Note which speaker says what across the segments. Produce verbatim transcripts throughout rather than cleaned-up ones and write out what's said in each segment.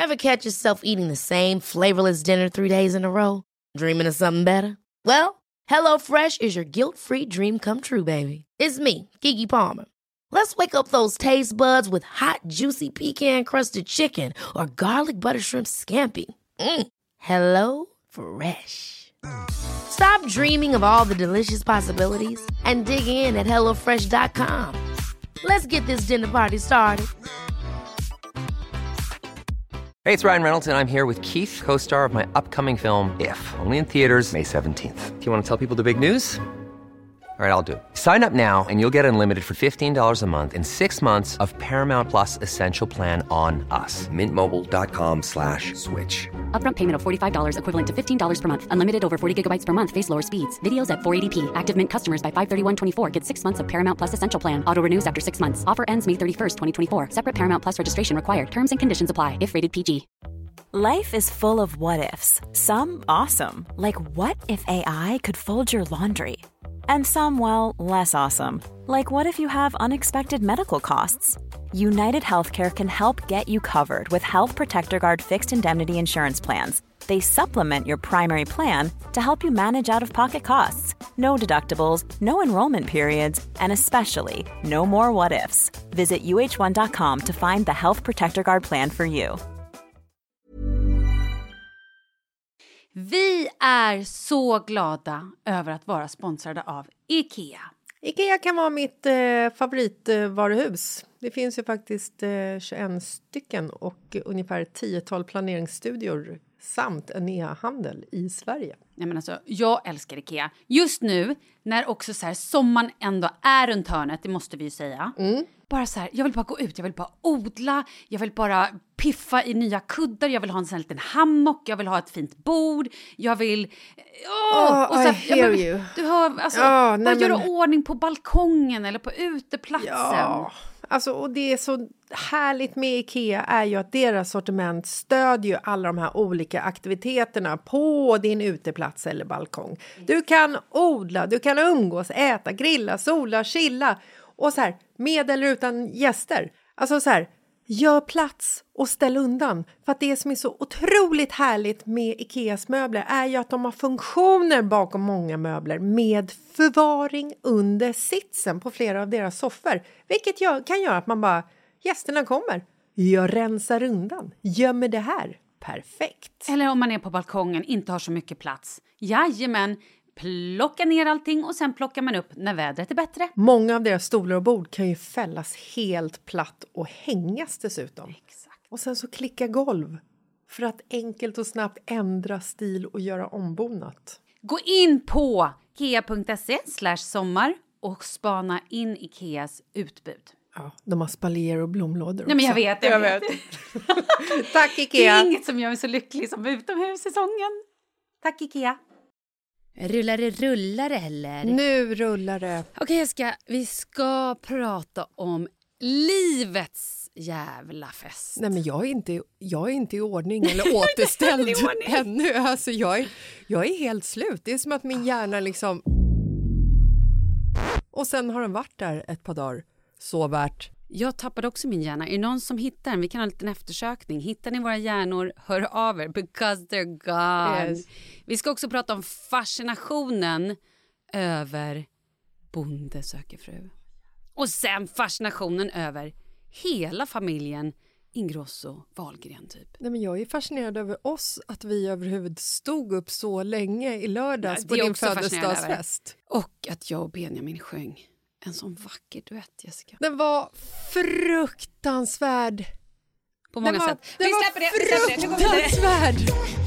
Speaker 1: Ever catch yourself eating the same flavorless dinner three days in a row? Dreaming of something better? Well, HelloFresh is your guilt-free dream come true, baby. It's me, Keke Palmer. Let's wake up those taste buds with hot, juicy pecan-crusted chicken or garlic butter shrimp scampi. Mm. Hello Fresh. Stop dreaming of all the delicious possibilities and dig in at hello fresh dot com. Let's get this dinner party started.
Speaker 2: Hey, it's Ryan Reynolds, and I'm here with Keith, co-star of my upcoming film, If, only in theaters May seventeenth. Do you want to tell people the big news? All right, I'll do it. Sign up now and you'll get unlimited for fifteen dollars a month and six months of Paramount Plus Essential Plan on us. Mint Mobile dot com slash switch.
Speaker 3: Upfront payment of forty-five dollars equivalent to fifteen dollars per month. Unlimited over forty gigabytes per month. Face lower speeds. Videos at four eighty p. Active Mint customers by five thirty-one twenty-four get six months of Paramount Plus Essential Plan. Auto renews after six months. Offer ends May thirty-first, twenty twenty-four. Separate Paramount Plus registration required. Terms and conditions apply if rated P G.
Speaker 4: Life is full of what-ifs. Some awesome. Like what if A I could fold your laundry? And some, well, less awesome. Like what if you have unexpected medical costs? United Healthcare can help get you covered with Health Protector Guard fixed indemnity insurance plans. They supplement your primary plan to help you manage out-of-pocket costs. No deductibles, no enrollment periods, and especially no more what-ifs. Visit U H one dot com to find the Health Protector Guard plan for you.
Speaker 5: Vi är så glada över att vara sponsrade av IKEA.
Speaker 6: IKEA kan vara mitt eh, favoritvaruhus. Det finns ju faktiskt eh, tjugoett stycken och ungefär tiotal planeringsstudior samt en e-handel i Sverige.
Speaker 5: Nej, men alltså, jag älskar IKEA. Just nu, när också så här, sommaren ändå är runt hörnet, det måste vi ju säga. Mm. Bara så här, jag vill bara gå ut, jag vill bara odla, jag vill bara piffa i nya kuddar, jag vill ha en sån här liten hammock, jag vill ha ett fint bord, jag vill... Åh,
Speaker 6: oh,
Speaker 5: och så här,
Speaker 6: I hear
Speaker 5: men,
Speaker 6: you.
Speaker 5: Du hör, alltså,
Speaker 6: oh,
Speaker 5: bara
Speaker 6: nej,
Speaker 5: göra
Speaker 6: men...
Speaker 5: ordning på balkongen eller på uteplatsen.
Speaker 6: Ja, alltså, och det är så härligt med IKEA är ju att deras sortiment stödjer ju alla de här olika aktiviteterna på din uteplats eller balkong. Du kan odla, du kan umgås, äta, grilla, sola, chilla och så här, med eller utan gäster. Alltså så här, gör plats och ställ undan. För att det som är så otroligt härligt med IKEAs möbler är ju att de har funktioner bakom många möbler med förvaring under sitsen på flera av deras soffor. Vilket gör, kan göra att man bara, gästerna kommer, jag rensar undan, gömmer det här. Perfekt.
Speaker 5: Eller om man är på balkongen, inte har så mycket plats. Jajamän. Plocka ner allting och sen plockar man upp när vädret är bättre.
Speaker 6: Många av deras stolar och bord kan ju fällas helt platt och hängas dessutom.
Speaker 5: Exakt.
Speaker 6: Och sen så klicka golv för att enkelt och snabbt ändra stil och göra ombonat.
Speaker 5: Gå in på ikea punkt se slash sommar och spana in Ikeas utbud.
Speaker 6: Ja, de har spaljer och blomlådor också.
Speaker 5: Nej, men jag vet, jag,
Speaker 6: jag
Speaker 5: vet.
Speaker 6: vet. Tack Ikea.
Speaker 5: Det är inget som gör mig så lycklig som utomhussäsongen. Tack Ikea.
Speaker 7: Rullar det, rullar det eller?
Speaker 6: Nu rullar det.
Speaker 7: Okej Jessica, vi ska prata om livets jävla fest.
Speaker 6: Nej men jag är inte, jag är inte i ordning eller återställd ännu. Alltså jag är, jag är helt slut. Det är som att min hjärna liksom... Och sen har den varit där ett par dagar. Så värt.
Speaker 7: Jag tappade också min hjärna. Är det någon som hittar den? Vi kan ha en liten eftersökning. Hittar ni våra hjärnor, hör av er. Because they're gone. Yes. Vi ska också prata om fascinationen över Bonde söker fru. Och sen fascinationen över hela familjen Ingrosso Wahlgren typ.
Speaker 6: Nej, men jag är fascinerad över oss, att vi överhuvud stod upp så länge i lördags ja, på din födelsedagsfest.
Speaker 7: Och att jag och Benjamin sjöng en sån vacker duett, Jessica.
Speaker 6: Den var fruktansvärd.
Speaker 7: På många
Speaker 6: den var,
Speaker 7: sätt.
Speaker 6: Den
Speaker 7: vi
Speaker 6: var
Speaker 7: släpper det,
Speaker 6: fruktansvärd.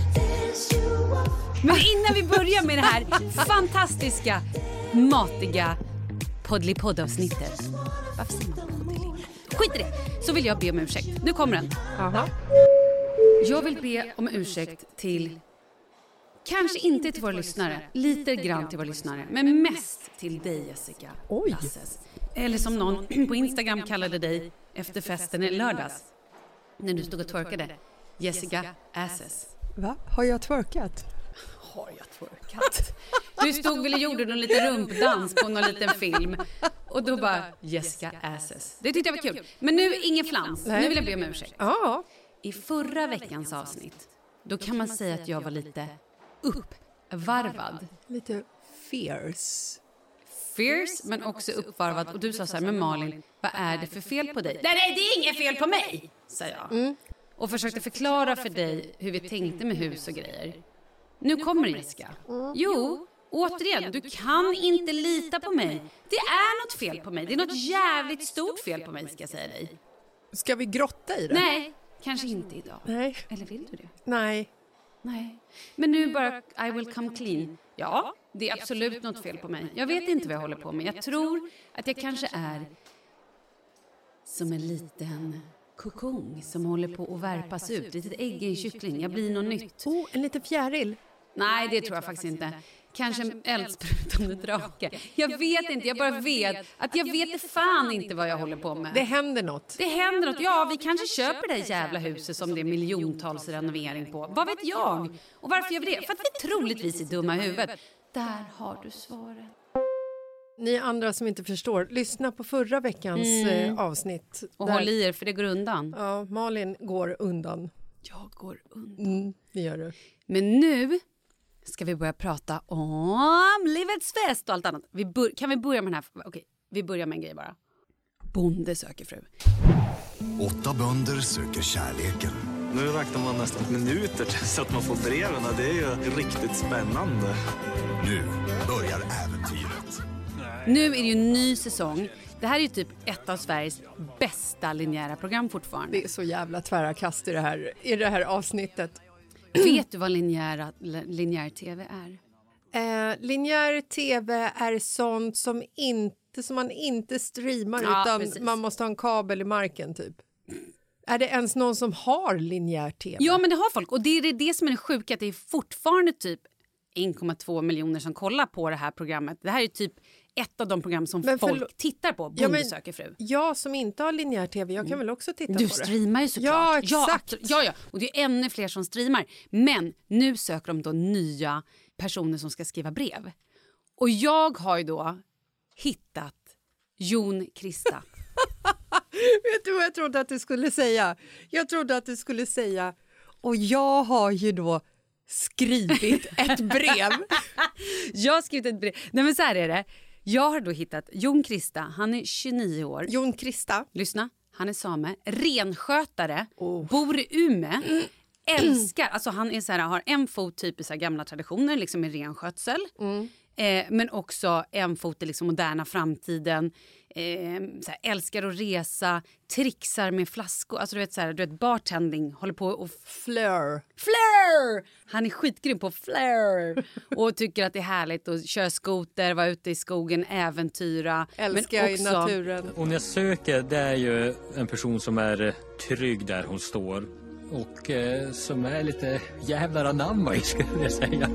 Speaker 7: Men innan vi börjar med det här fantastiska, matiga poddly-poddavsnittet. Varför säger man poddly? Skit i det. Så vill jag be om ursäkt. Nu kommer den.
Speaker 6: Aha.
Speaker 7: Jag vill be om ursäkt till... Kanske inte till våra lyssnare, lite grann till våra lyssnare, men mest till dig Jessica.
Speaker 6: Oj.
Speaker 7: Lasses. Eller som någon på Instagram kallade dig efter festen i lördags. När du stod och twerkade. Jessica Asses.
Speaker 6: Va? Har jag twerkat?
Speaker 7: Har jag twerkat? Du stod väl och gjorde någon liten rumpdans på någon liten film. Och då bara Jessica Asses. Det tyckte jag var kul. Men nu ingen flams.
Speaker 6: Nej.
Speaker 7: Nu vill jag be om ursäkt.
Speaker 6: Ja.
Speaker 7: I förra veckans avsnitt, då kan man säga att jag var lite uppvarvad.
Speaker 6: Lite fierce.
Speaker 7: Fierce, men också uppvarvad. Och du sa så här, men Malin, vad är det för fel på dig? Nej, nej, det är inget fel på mig, sa jag. Mm. Och försökte förklara för dig hur vi tänkte med hus och grejer. Nu kommer Jessica. Mm. Jo, återigen, du kan inte lita på mig. Det är något fel på mig. Det är något jävligt stort fel på mig, ska jag säga dig.
Speaker 6: Ska vi grotta i det?
Speaker 7: Nej, kanske inte idag.
Speaker 6: Nej.
Speaker 7: Eller vill du det?
Speaker 6: Nej.
Speaker 7: Nej. Men nu bara, I will come clean. Ja, det är absolut något fel på mig. Jag vet inte vad jag håller på med. Jag tror att jag kanske är som en liten kokong som håller på att värpas ut. Ett litet ägg i en kyckling. Jag blir något nytt.
Speaker 6: Oh, en liten fjäril.
Speaker 7: Nej, det tror jag faktiskt inte. Kanske en eldsprutande drake. Jag vet inte, jag bara vet att jag vet fan inte vad jag håller på med.
Speaker 6: Det händer något.
Speaker 7: Det händer något. Ja, vi kanske köper det här jävla huset som det är miljontals renovering på. Vad vet jag? Och varför gör vi det? För att vi troligtvis är dumma i huvudet. Där har du svaret.
Speaker 6: Ni andra som inte förstår, lyssna på förra veckans mm. avsnitt.
Speaker 7: Och där... håll i er, för det går undan.
Speaker 6: Ja, Malin går undan.
Speaker 7: Jag går undan.
Speaker 6: Mm, det gör du.
Speaker 7: Men nu ska vi börja prata om livets fest och allt annat. Vi bör- kan vi börja med den här? Okej, vi börjar med en grej bara. Bonde söker fru.
Speaker 8: Åtta bönder söker kärleken.
Speaker 9: Nu räknar man nästan minuter så att man får breven. Det är ju riktigt spännande.
Speaker 8: Nu börjar äventyret.
Speaker 7: Nu är det ju en ny säsong. Det här är ju typ ett av Sveriges bästa linjära program fortfarande.
Speaker 6: Det är så jävla tvära kast i det här, i det här avsnittet.
Speaker 7: Vet du vad linjära, linjär tv är?
Speaker 6: Eh, linjär tv är sånt som, inte, som man inte streamar
Speaker 7: ja,
Speaker 6: utan
Speaker 7: precis.
Speaker 6: Man måste ha en kabel i marken typ. Är det ens någon som har linjär tv?
Speaker 7: Ja, men det har folk. Och det är det, det som är det sjuka, att det är fortfarande typ en komma två miljoner som kollar på det här programmet. Det här är typ ett av de program som men folk för... tittar på. Bonde söker fru.
Speaker 6: Jag som inte har linjär tv, jag kan mm. väl också titta
Speaker 7: du
Speaker 6: på det.
Speaker 7: Du streamar ju såklart.
Speaker 6: Ja, exakt.
Speaker 7: Ja, ja, ja, och det är ännu fler som streamar. Men nu söker de då nya personer som ska skriva brev. Och jag har ju då hittat Jon Krista.
Speaker 6: Vet du vad jag trodde att du skulle säga? Jag trodde att du skulle säga, och jag har ju då skrivit ett brev.
Speaker 7: Jag har skrivit ett brev. Nej, men så här är det. Jag har då hittat Jon Krista. Han är tjugonio år.
Speaker 6: Jon Krista.
Speaker 7: Lyssna. Han är same. Renskötare.
Speaker 6: Oh.
Speaker 7: Bor i Umeå. Mm. Älskar. Alltså han är så här, har en fot typ i så här gamla traditioner. Liksom i renskötsel. Mm. Eh, men också en fot i liksom moderna framtiden. Eh, så här, älskar att resa. Trixar med flaskor. Alltså du vet så här, du vet bartending. Håller på och...
Speaker 6: Flör.
Speaker 7: Flör! Han är skitgrym på flör. Och tycker att det är härligt att köra skoter. Vara ute i skogen, äventyra.
Speaker 6: Älskar men också... i naturen.
Speaker 10: Hon jag söker, det är ju en person som är trygg där hon står. Och eh, som är lite jävlar anamma i, skulle jag säga.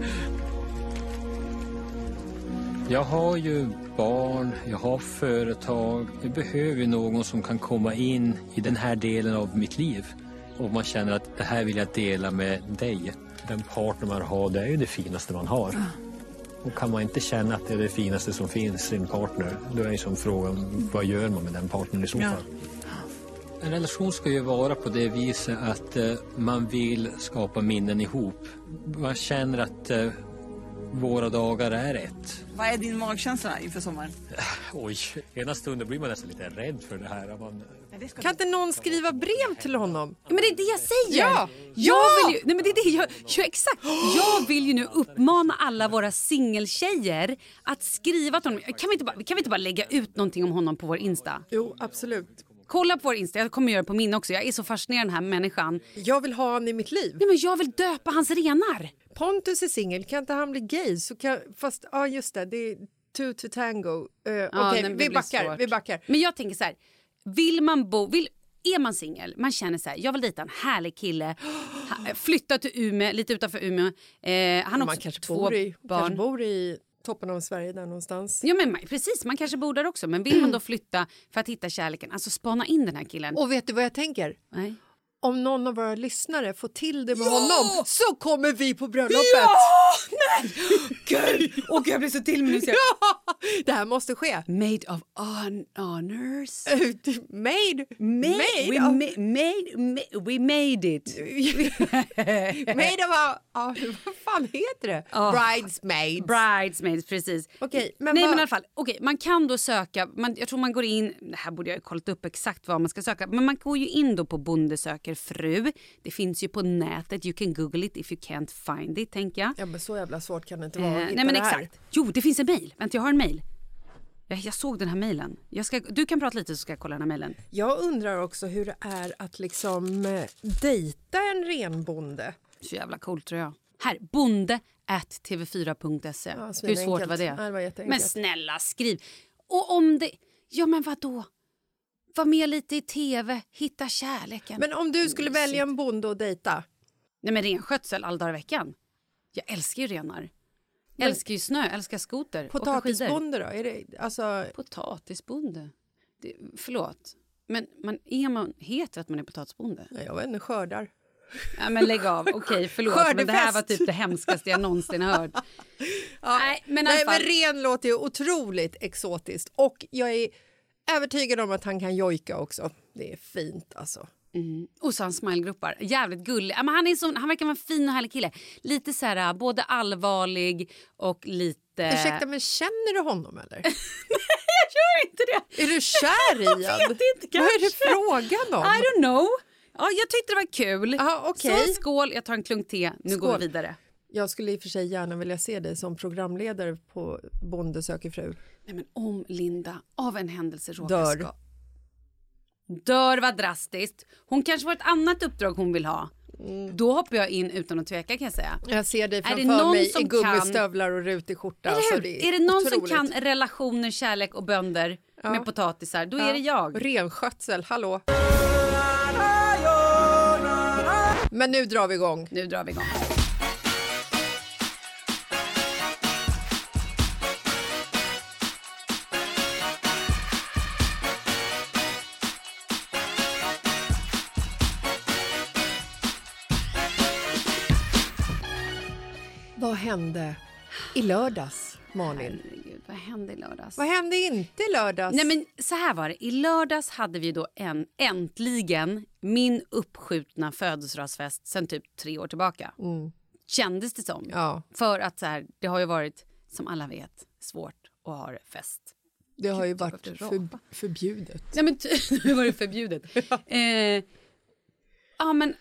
Speaker 10: Jag har ju barn, jag har företag. Jag behöver någon som kan komma in i den här delen av mitt liv. Och man känner att det här vill jag dela med dig. Den partner man har, det är ju det finaste man har. Och kan man inte känna att det är det finaste som finns i en partner, då är ju som frågan, vad gör man med den partnern i så fall? En relation ska ju vara på det viset att eh, man vill skapa minnen ihop. Man känner att eh, våra dagar är ett.
Speaker 11: Vad är din magkänsla inför sommaren?
Speaker 10: Oj, ena stunden blir man nästan lite rädd för det här. Man...
Speaker 6: Kan inte någon skriva brev till honom?
Speaker 7: Men det är det jag säger.
Speaker 6: Ja,
Speaker 7: jag ja! Vill ju, nej men det är det jag, ja, exakt. Jag vill ju nu uppmana alla våra singeltjejer att skriva till honom. Kan vi inte bara, kan vi inte bara lägga ut någonting om honom på vår Insta?
Speaker 6: Jo, absolut.
Speaker 7: Kolla på vår Insta, jag kommer göra det på min också. Jag är så fascinerad den här människan.
Speaker 6: Jag vill ha han i mitt liv.
Speaker 7: Nej, men jag vill döpa hans renar.
Speaker 6: Pontus är singel, kan inte han bli gay? Så kan, fast, ja just det, det är two to tango. Uh, ja, Okej, okay, vi backar, vi backar.
Speaker 7: Men jag tänker så här, vill man bo, vill, är man singel, man känner så här, jag vill dejta en härlig kille, flytta till Umeå, lite utanför Umeå. Eh, han har också
Speaker 6: kanske
Speaker 7: två
Speaker 6: bor i,
Speaker 7: barn.
Speaker 6: Kanske bor i toppen av Sverige där någonstans.
Speaker 7: Ja men precis, man kanske bor där också. Men vill man då flytta för att hitta kärleken, alltså spana in den här killen.
Speaker 6: Och vet du vad jag tänker?
Speaker 7: Nej.
Speaker 6: Om någon av våra lyssnare får till det med ja! honom, så kommer vi på bröllopet.
Speaker 7: Ja! Nej! Gud! Och jag blir så till mig nu.
Speaker 6: Ja! Det här måste ske.
Speaker 7: Made of on honors.
Speaker 6: made?
Speaker 7: Made?
Speaker 6: Made
Speaker 7: We,
Speaker 6: of...
Speaker 7: ma- made, ma- we made it.
Speaker 6: made of... Oh, vad fan heter det? Oh. Bridesmaids.
Speaker 7: Bridesmaids, precis.
Speaker 6: Okay, men
Speaker 7: Nej,
Speaker 6: vad...
Speaker 7: men i alla fall. Okay, man kan då söka... Man, jag tror man går in... Det här borde jag ha kollat upp exakt vad man ska söka. Men man går ju in då på Bonde söker fru. Det finns ju på nätet. You can google it if you can't find it, tänker jag.
Speaker 6: Ja, men så jävla svårt kan det inte vara att
Speaker 7: eh,
Speaker 6: hitta
Speaker 7: nej, men
Speaker 6: det här.
Speaker 7: Exakt. Jo, det finns en mejl. Vänta, jag har en mejl. Jag, jag såg den här mejlen. Jag ska, du kan prata lite så ska jag kolla den här mejlen.
Speaker 6: Jag undrar också hur det är att liksom eh, dejta en renbonde.
Speaker 7: Så jävla coolt, tror jag. Här, bonde at t v fyra punkt se.
Speaker 6: Ja,
Speaker 7: hur svårt
Speaker 6: enkelt.
Speaker 7: var det?
Speaker 6: Ja, det var
Speaker 7: men snälla, skriv. Och om det... Ja, men vadå? Var med lite i tv. Hitta kärleken.
Speaker 6: Men om du skulle välja en bonde och dejta?
Speaker 7: Nej, men renskötsel all dagar i veckan. Jag älskar ju renar. Jag älskar ju snö, älskar skoter.
Speaker 6: Potatisbonde då? Är det, alltså...
Speaker 7: Potatisbonde? Det, förlåt. Men man, är man, heter att man är potatisbonde?
Speaker 6: Nej, jag vet inte, skördar.
Speaker 7: Ja, men lägg av. Okej, okay, förlåt.
Speaker 6: Skördefest.
Speaker 7: Men det här var typ det hemskaste jag någonsin har hört.
Speaker 6: Ja.
Speaker 7: Nej, men,
Speaker 6: Nej,
Speaker 7: fall...
Speaker 6: men ren låter ju otroligt exotiskt. Och jag är övertygad om att han kan jojka också. Det är fint alltså.
Speaker 7: Mm. Och så han smilegruppar. Jävligt gullig. Men han, är så, han verkar vara en fin och härlig kille. Lite så här, både allvarlig och lite...
Speaker 6: Ursäkta, men känner du honom eller?
Speaker 7: Nej, jag gör inte det.
Speaker 6: Är du kär i honom?
Speaker 7: Jag vet inte, kanske.
Speaker 6: Vad är det frågan om?
Speaker 7: I don't know. Ja, jag tyckte det var kul.
Speaker 6: Aha, okay.
Speaker 7: Så skål, jag tar en klunk te. Nu
Speaker 6: skål.
Speaker 7: går vi vidare.
Speaker 6: Jag skulle i och för sig gärna vilja se dig som programledare på Bonde söker fru.
Speaker 7: Nej, men om Linda av en händelse råkar
Speaker 6: Dör.
Speaker 7: Ska... Dör var drastiskt. Hon kanske får ett annat uppdrag hon vill ha. Mm. Då hoppar jag in utan att tveka, kan jag säga.
Speaker 6: Jag ser dig framför mig i gummistövlar och rutig skjorta.
Speaker 7: Är det,
Speaker 6: så det är,
Speaker 7: är det någon
Speaker 6: otroligt.
Speaker 7: som kan relationer, kärlek och bönder ja. med potatisar, då
Speaker 6: ja.
Speaker 7: är det jag.
Speaker 6: Renskötsel, hallå. Men nu drar vi igång.
Speaker 7: Nu drar vi igång.
Speaker 6: Vad hände i lördags, Malin?
Speaker 7: Herregud, vad hände i lördags?
Speaker 6: Vad hände inte i lördags?
Speaker 7: Nej, men så här var det. I lördags hade vi då en, äntligen min uppskjutna födelsedagsfest sen typ tre år tillbaka.
Speaker 6: Mm.
Speaker 7: Kändes det som.
Speaker 6: Ja.
Speaker 7: För att så här, det har ju varit, som alla vet, svårt att ha fest.
Speaker 6: Det har ju varit för, förbjudet.
Speaker 7: Nej, men det var ju förbjudet. ja. Eh, ja, men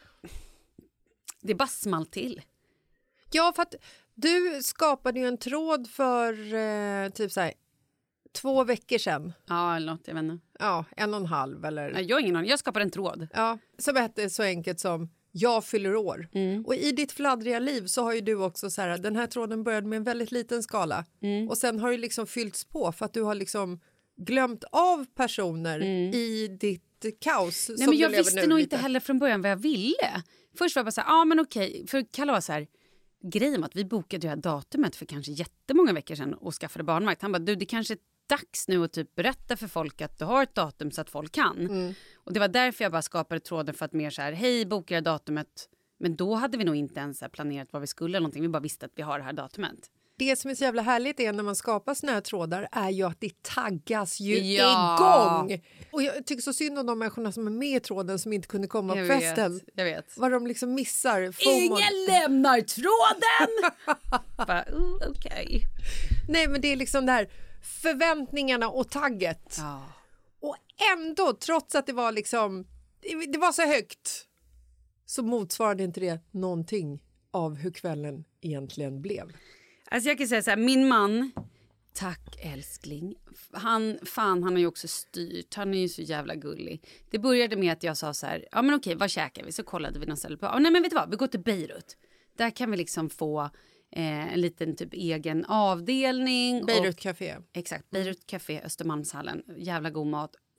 Speaker 7: det bara small till.
Speaker 6: Ja, för att du skapade ju en tråd för eh, typ så här, två veckor sedan.
Speaker 7: Ja, eller något, jag vet inte.
Speaker 6: Ja, en och en halv eller...
Speaker 7: Nej, jag har ingen aning. Jag skapade en tråd.
Speaker 6: Ja, som hette så enkelt som jag fyller år.
Speaker 7: Mm.
Speaker 6: Och i ditt fladdriga liv så har ju du också så här, den här tråden började med en väldigt liten skala.
Speaker 7: Mm.
Speaker 6: Och sen har det liksom fyllts på för att du har liksom glömt av personer mm. i ditt kaos.
Speaker 7: Nej,
Speaker 6: som
Speaker 7: men jag
Speaker 6: du lever
Speaker 7: visste
Speaker 6: nu
Speaker 7: nog
Speaker 6: lite.
Speaker 7: inte heller från början vad jag ville. Först var jag bara så här, ja men okej. För Kalle var så här, grejen att vi bokade det här datumet för kanske jättemånga veckor sedan och skaffade barnvakt. Han bara, du det kanske är dags nu att typ berätta för folk att du har ett datum så att folk kan. Mm. Och det var därför jag bara skapade tråden för att mer så här, hej bokar jag datumet. Men då hade vi nog inte ens planerat vad vi skulle eller någonting. Vi bara visste att vi har det här datumet.
Speaker 6: Det som är så jävla härligt är när man skapar såna här trådar är ju att det taggas ju
Speaker 7: ja.
Speaker 6: igång. Och jag tycker så synd om de människorna som är med i tråden som inte kunde komma
Speaker 7: jag
Speaker 6: på festen.
Speaker 7: Vet, jag vet.
Speaker 6: Vad de liksom missar.
Speaker 7: Ingen lämnar tråden! Bara, uh, okej. Okay.
Speaker 6: Nej, men det är liksom det här förväntningarna och tagget.
Speaker 7: Ja.
Speaker 6: Och ändå, trots att det var liksom det var så högt så motsvarade inte det någonting av hur kvällen egentligen blev.
Speaker 7: Alltså jag kan säga så här, min man, tack älskling, han, fan han har ju också styrt, han är ju så jävla gullig. Det började med att jag sa så här, ja men okej, vad käkar vi? Så kollade vi någon ställe på, ja, nej men vet du vad, vi går till Beirut. Där kan vi liksom få eh, en liten typ egen avdelning.
Speaker 6: Beirut Café.
Speaker 7: Exakt, Beirut Café, Östermalmshallen, jävla god mat.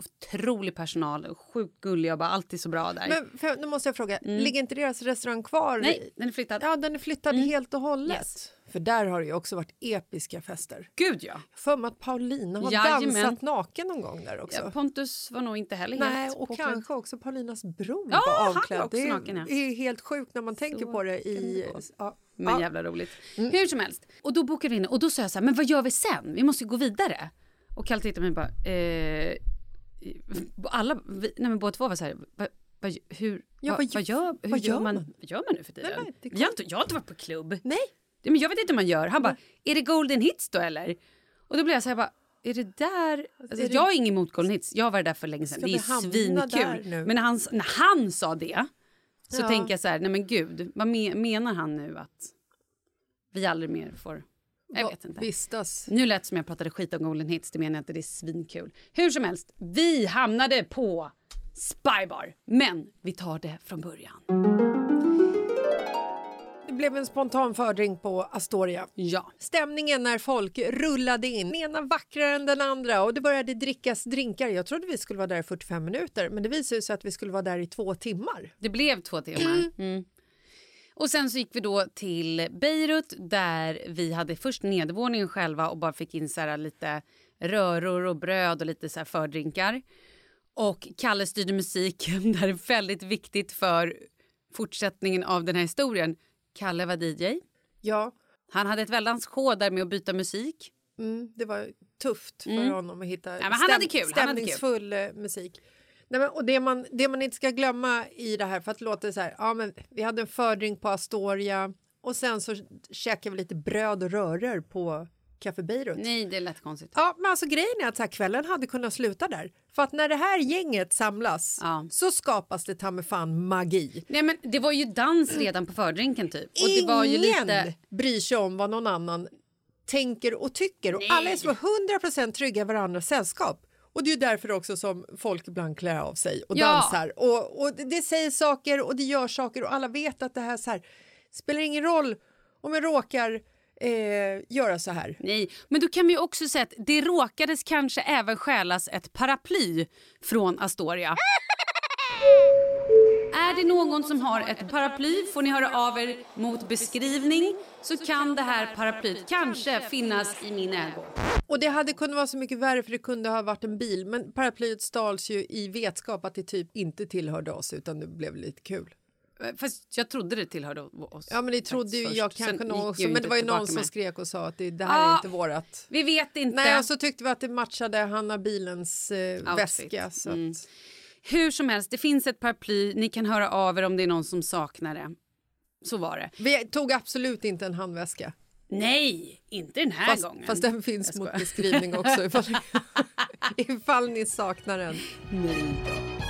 Speaker 7: otrolig personal, sjukt gulliga och bara alltid så bra där.
Speaker 6: Men för, nu måste jag fråga, mm. ligger inte deras restaurang kvar?
Speaker 7: Nej, den är flyttad.
Speaker 6: Ja, den är flyttad mm. helt och hållet.
Speaker 7: Yes.
Speaker 6: För där har det ju också varit episka fester.
Speaker 7: Gud ja.
Speaker 6: För mig att Paulina har
Speaker 7: Jajamän.
Speaker 6: dansat naken någon gång där också.
Speaker 7: Ja, Pontus var nog inte heller
Speaker 6: Nej,
Speaker 7: helt
Speaker 6: och
Speaker 7: påklädd.
Speaker 6: Kanske också Paulinas bror
Speaker 7: ja,
Speaker 6: var
Speaker 7: avklädd.
Speaker 6: Han var också
Speaker 7: det är,
Speaker 6: naken, ja. är helt sjukt när man tänker
Speaker 7: så
Speaker 6: på det. I, ja.
Speaker 7: Men
Speaker 6: ja.
Speaker 7: jävla roligt. Mm. Hur som helst. Och då bokade vi in och då sa jag så här, men vad gör vi sen? Vi måste gå vidare. Och Kalle tittade på mig och bara, eh, alla, vi, nej men båda två var så här, va, va, hur,
Speaker 6: ja,
Speaker 7: va,
Speaker 6: vad,
Speaker 7: vad, gör, hur
Speaker 6: vad
Speaker 7: gör, man,
Speaker 6: man?
Speaker 7: vad gör man nu för tiden?
Speaker 6: Nej, nej,
Speaker 7: jag, har inte, jag har inte varit på klubb.
Speaker 6: Nej.
Speaker 7: Ja, men jag vet inte hur man gör. Han bara, är det golden hits då eller? Och då blev jag så här, bara, är det där? Alltså, är det... Jag har ingen emot golden hits. Jag var där för länge sedan.
Speaker 6: Ska
Speaker 7: det är svinkul. Men när han, när han sa det så ja. tänker jag så här, nej men gud, vad me, menar han nu att vi aldrig mer får... Jag vet inte.
Speaker 6: Vistas.
Speaker 7: Nu lät som jag pratade skit om golden hits. Det menar jag inte, det är svinkul. Hur som helst, vi hamnade på Spybar. Men vi tar det från början.
Speaker 6: Det blev en spontan fördrink på Astoria.
Speaker 7: Ja.
Speaker 6: Stämningen när folk rullade in. Den ena vackrare än den andra. Och det började drickas drinkar. Jag trodde vi skulle vara där i fyrtiofem minuter. Men det visade sig att vi skulle vara där i två timmar.
Speaker 7: Det blev två timmar. Mm. Mm. Och sen så gick vi då till Beirut där vi hade först nedervåningen själva och bara fick in så här lite röror och bröd och lite så här fördrinkar. Och Kalle styrde musiken där är väldigt viktigt för fortsättningen av den här historien. Kalle var D J.
Speaker 6: Ja.
Speaker 7: Han hade ett väldans sjå där med att byta musik.
Speaker 6: Mm, det var tufft för mm. honom att hitta
Speaker 7: ja, men han hade kul.
Speaker 6: stämningsfull han hade kul. musik. Nej, men, och det man, det man inte ska glömma i det här, för att låta så här, ja men vi hade en fördrink på Astoria och sen så käkade vi lite bröd och röror på Café Beirut.
Speaker 7: Nej, det är lätt konstigt.
Speaker 6: Ja, men alltså grejen är att så här, kvällen hade kunnat sluta där. För att när det här gänget samlas ja. så skapas det ta med fan magi.
Speaker 7: Nej, men det var ju dans redan på fördrinken typ. Och
Speaker 6: Ingen
Speaker 7: det var ju lite...
Speaker 6: bryr sig om vad någon annan tänker och tycker. Och
Speaker 7: Nej.
Speaker 6: alla är så hundra procent trygga i varandras sällskap. Och det är därför också som folk ibland klär av sig och ja. dansar. Och, och det, det säger saker och det gör saker och alla vet att det här, så här spelar ingen roll om jag råkar eh, göra så här.
Speaker 7: Nej, men då kan vi också säga att det råkades kanske även stjälas ett paraply från Astoria. Är det någon som har ett paraply får ni höra av er mot beskrivning så kan det här paraplyt kanske finnas i min ägo.
Speaker 6: Och det hade kunnat vara så mycket värre för det kunde ha varit en bil. Men paraplyet stals ju i vetskap att det typ inte tillhörde oss utan det blev lite kul.
Speaker 7: Fast jag trodde det tillhörde oss.
Speaker 6: Ja men det trodde ju jag kanske någon också. Men det var ju någon som skrek och sa att det, det här
Speaker 7: ah,
Speaker 6: är inte vårat.
Speaker 7: Vi vet inte.
Speaker 6: Nej och så tyckte vi att det matchade Hanna bilens eh, väska. Så att...
Speaker 7: mm. Hur som helst, det finns ett paraply. Ni kan höra av er om det är någon som saknar det. Så var det.
Speaker 6: Vi tog absolut inte en handväska.
Speaker 7: Nej, inte den här
Speaker 6: fast,
Speaker 7: gången.
Speaker 6: Fast den finns mot beskrivning också ifall, ifall ni saknar den.
Speaker 7: Nej.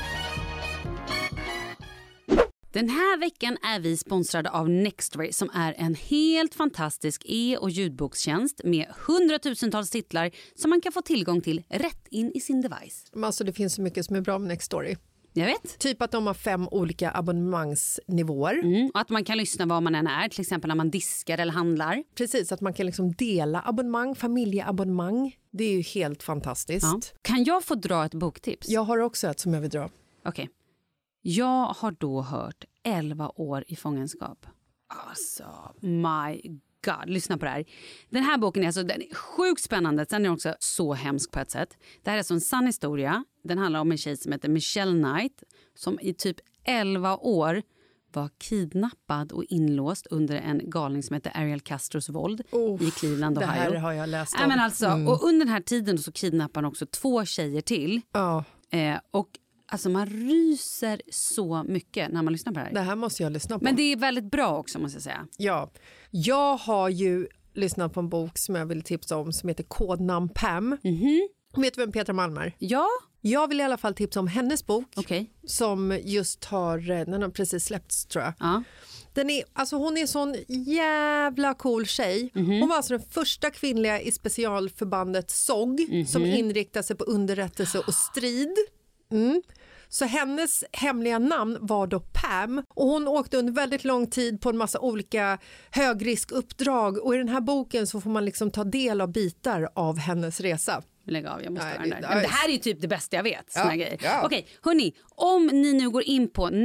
Speaker 7: Den här veckan är vi sponsrade av Nextory som är en helt fantastisk e- och ljudbokstjänst med hundratusentals titlar som man kan få tillgång till rätt in i sin device.
Speaker 6: Men alltså det finns så mycket som är bra med Nextory.
Speaker 7: Jag vet.
Speaker 6: Typ att de har fem olika abonnemangsnivåer.
Speaker 7: Mm, och att man kan lyssna var man än är, till exempel när man diskar eller handlar.
Speaker 6: Precis, att man kan liksom dela abonnemang, familjeabonnemang. Det är ju helt fantastiskt.
Speaker 7: Ja. Kan jag få dra ett boktips?
Speaker 6: Jag har också ett som jag vill dra.
Speaker 7: Okej. Okay. Jag har då hört elva år i fångenskap. Alltså, my god. Lyssna på det här. Den här boken är, alltså, den är sjukt spännande. Sen är den också så hemsk på ett sätt. Det här är alltså en sann historia. Den handlar om en tjej som heter Michelle Knight. Som i typ elva år var kidnappad och inlåst under en galning som heter Ariel Castros våld oh, i Cleveland, Ohio.
Speaker 6: Det här har jag läst om.
Speaker 7: Äh, men alltså, mm. Och under den här tiden så kidnappar han också två tjejer till.
Speaker 6: Ja.
Speaker 7: Eh, och alltså man ryser så mycket när man lyssnar på det här.
Speaker 6: Det här måste jag lyssna på.
Speaker 7: Men det är väldigt bra också måste jag säga.
Speaker 6: Ja, jag har ju lyssnat på en bok som jag vill tipsa om som heter Kodnamn Pam.
Speaker 7: Mm-hmm.
Speaker 6: Vet du vem Petra Malm är?
Speaker 7: Ja.
Speaker 6: Jag vill i alla fall tipsa om hennes bok.
Speaker 7: Okay. Som
Speaker 6: just har, den har precis släppts tror jag.
Speaker 7: Ja.
Speaker 6: Den är, alltså hon är sån jävla cool tjej. Mm-hmm. Hon var alltså den första kvinnliga i specialförbandet S O G mm-hmm. som inriktade sig på underrättelse och strid. Mm. Så hennes hemliga namn var då Pam och hon åkte under väldigt lång tid på en massa olika högriskuppdrag och i den här boken så får man liksom ta del av bitar av hennes resa.
Speaker 7: Lägg av, jag måste
Speaker 6: Nej,
Speaker 7: ha den
Speaker 6: det-
Speaker 7: där. Men det här är ju typ det bästa jag vet. Såna
Speaker 6: Ja,
Speaker 7: grejer.
Speaker 6: ja.
Speaker 7: Okej, hörni, om ni nu går in på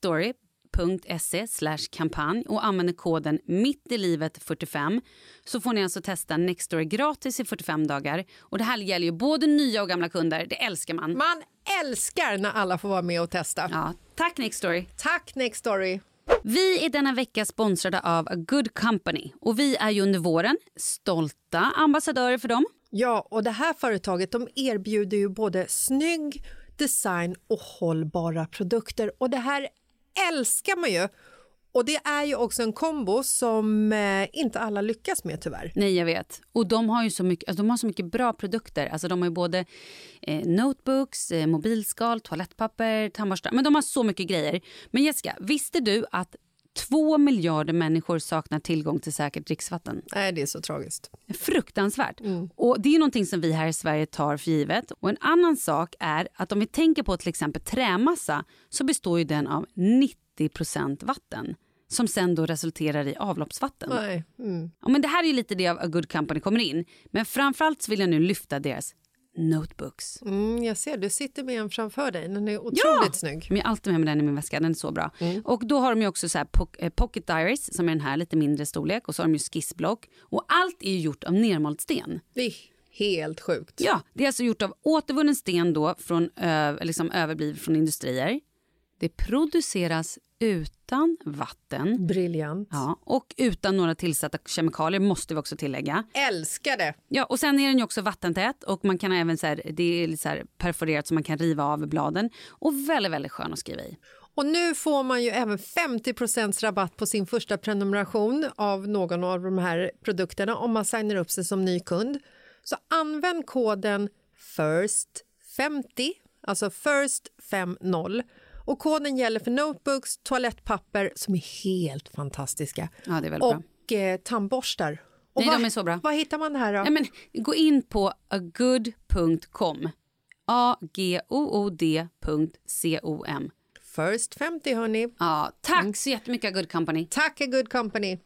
Speaker 7: nextstory.se slash kampanj och använder koden mittilivet fyrtiofem så får ni alltså testa Nextory gratis i fyrtiofem dagar. Och det här gäller ju både nya och gamla kunder. Det älskar man.
Speaker 6: Man älskar när alla får vara med och testa.
Speaker 7: Ja, tack Nextory.
Speaker 6: Tack Nextory.
Speaker 7: Vi är denna vecka sponsrade av A Good Company och vi är ju under våren stolta ambassadörer för dem.
Speaker 6: Ja, och det här företaget de erbjuder ju både snygg design och hållbara produkter. Och det här älskar man ju. Och det är ju också en kombo som eh, inte alla lyckas med tyvärr.
Speaker 7: Nej, jag vet. Och de har ju så mycket, alltså de har så mycket bra produkter. Alltså de har ju både eh, notebooks, eh, mobilskal, toalettpapper, tandborstar. Men de har så mycket grejer. Men Jessica, visste du att två miljarder människor saknar tillgång till säkert dricksvatten?
Speaker 6: Nej, det är så tragiskt.
Speaker 7: Fruktansvärt. Mm. Och det är någonting som vi här i Sverige tar för givet. Och en annan sak är att om vi tänker på till exempel trämassa så består ju den av nittio procent vatten som sen då resulterar i avloppsvatten.
Speaker 6: Nej. Mm.
Speaker 7: Ja, men det här är ju lite det av A Good Company kommer in. Men framförallt så vill jag nu lyfta deras notebooks.
Speaker 6: Mm, jag ser, du sitter med en framför dig. Den är otroligt
Speaker 7: Ja!
Speaker 6: snygg.
Speaker 7: Men jag är alltid med, med den i min väska, den är så bra.
Speaker 6: Mm.
Speaker 7: Och då har de ju också så här po- eh, pocket diaries som är den här lite mindre storlek. Och så har de ju skissblock. Och allt är ju gjort av nermalt sten.
Speaker 6: Det är helt sjukt.
Speaker 7: Ja, det är alltså gjort av återvunnen sten då från ö- liksom överblivet från industrier. Det produceras utan vatten.
Speaker 6: Briljant.
Speaker 7: Ja, och utan några tillsatta kemikalier måste vi också tillägga.
Speaker 6: Älskar det.
Speaker 7: Ja, och sen är den ju också vattentät och man kan även så här, det är lite så här perforerat så man kan riva av bladen och väldigt väldigt skön att skriva i.
Speaker 6: Och nu får man ju även femtio procent rabatt på sin första prenumeration av någon av de här produkterna om man signar upp sig som ny kund. Så använd koden first femtio, alltså first femtio. Och koden gäller för notebooks, toalettpapper som är helt fantastiska.
Speaker 7: Ja, det är väldigt
Speaker 6: och
Speaker 7: bra.
Speaker 6: eh, tandborstar. Och
Speaker 7: Nej,
Speaker 6: vad,
Speaker 7: de är så bra.
Speaker 6: Vad hittar man det här då?
Speaker 7: Ja, men, gå in på agood punkt com. A G O O D punkt C O M.
Speaker 6: First femtio, hörni.
Speaker 7: Ja, tack mm. så jättemycket, A Good Company.
Speaker 6: Tack, A Good Company.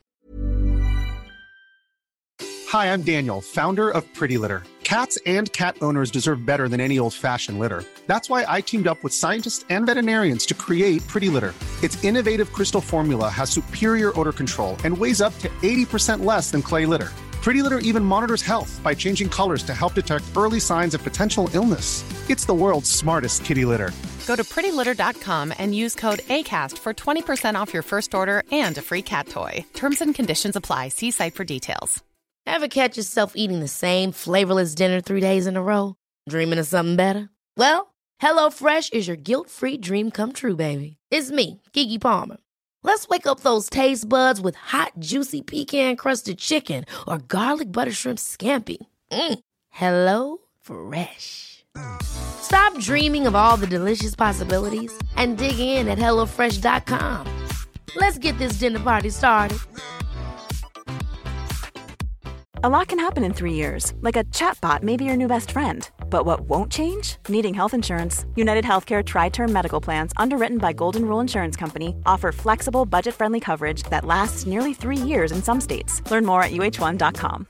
Speaker 12: Hi, I'm Daniel, founder of Pretty Litter. Cats and cat owners deserve better than any old-fashioned litter. That's why I teamed up with scientists and veterinarians to create Pretty Litter. Its innovative crystal formula has superior odor control and weighs up to eighty percent less than clay litter. Pretty Litter even monitors health by changing colors to help detect early signs of potential illness. It's the world's smartest kitty litter.
Speaker 13: Go to pretty litter dot com and use code ACAST for twenty percent off your first order and a free cat toy. Terms and conditions apply. See site for details.
Speaker 1: Ever catch yourself eating the same flavorless dinner three days in a row? Dreaming of something better? Well, HelloFresh is your guilt-free dream come true, baby. It's me, Keke Palmer. Let's wake up those taste buds with hot, juicy pecan-crusted chicken or garlic butter shrimp scampi. Mm. Hello Fresh. Stop dreaming of all the delicious possibilities and dig in at hello fresh dot com. Let's get this dinner party started.
Speaker 4: A lot can happen in three years, like a chatbot may be your new best friend. But what won't change? Needing health insurance. United Healthcare Tri-Term Medical Plans, underwritten by Golden Rule Insurance Company, offer flexible, budget-friendly coverage that lasts nearly three years in some states. Learn more at U H one dot com.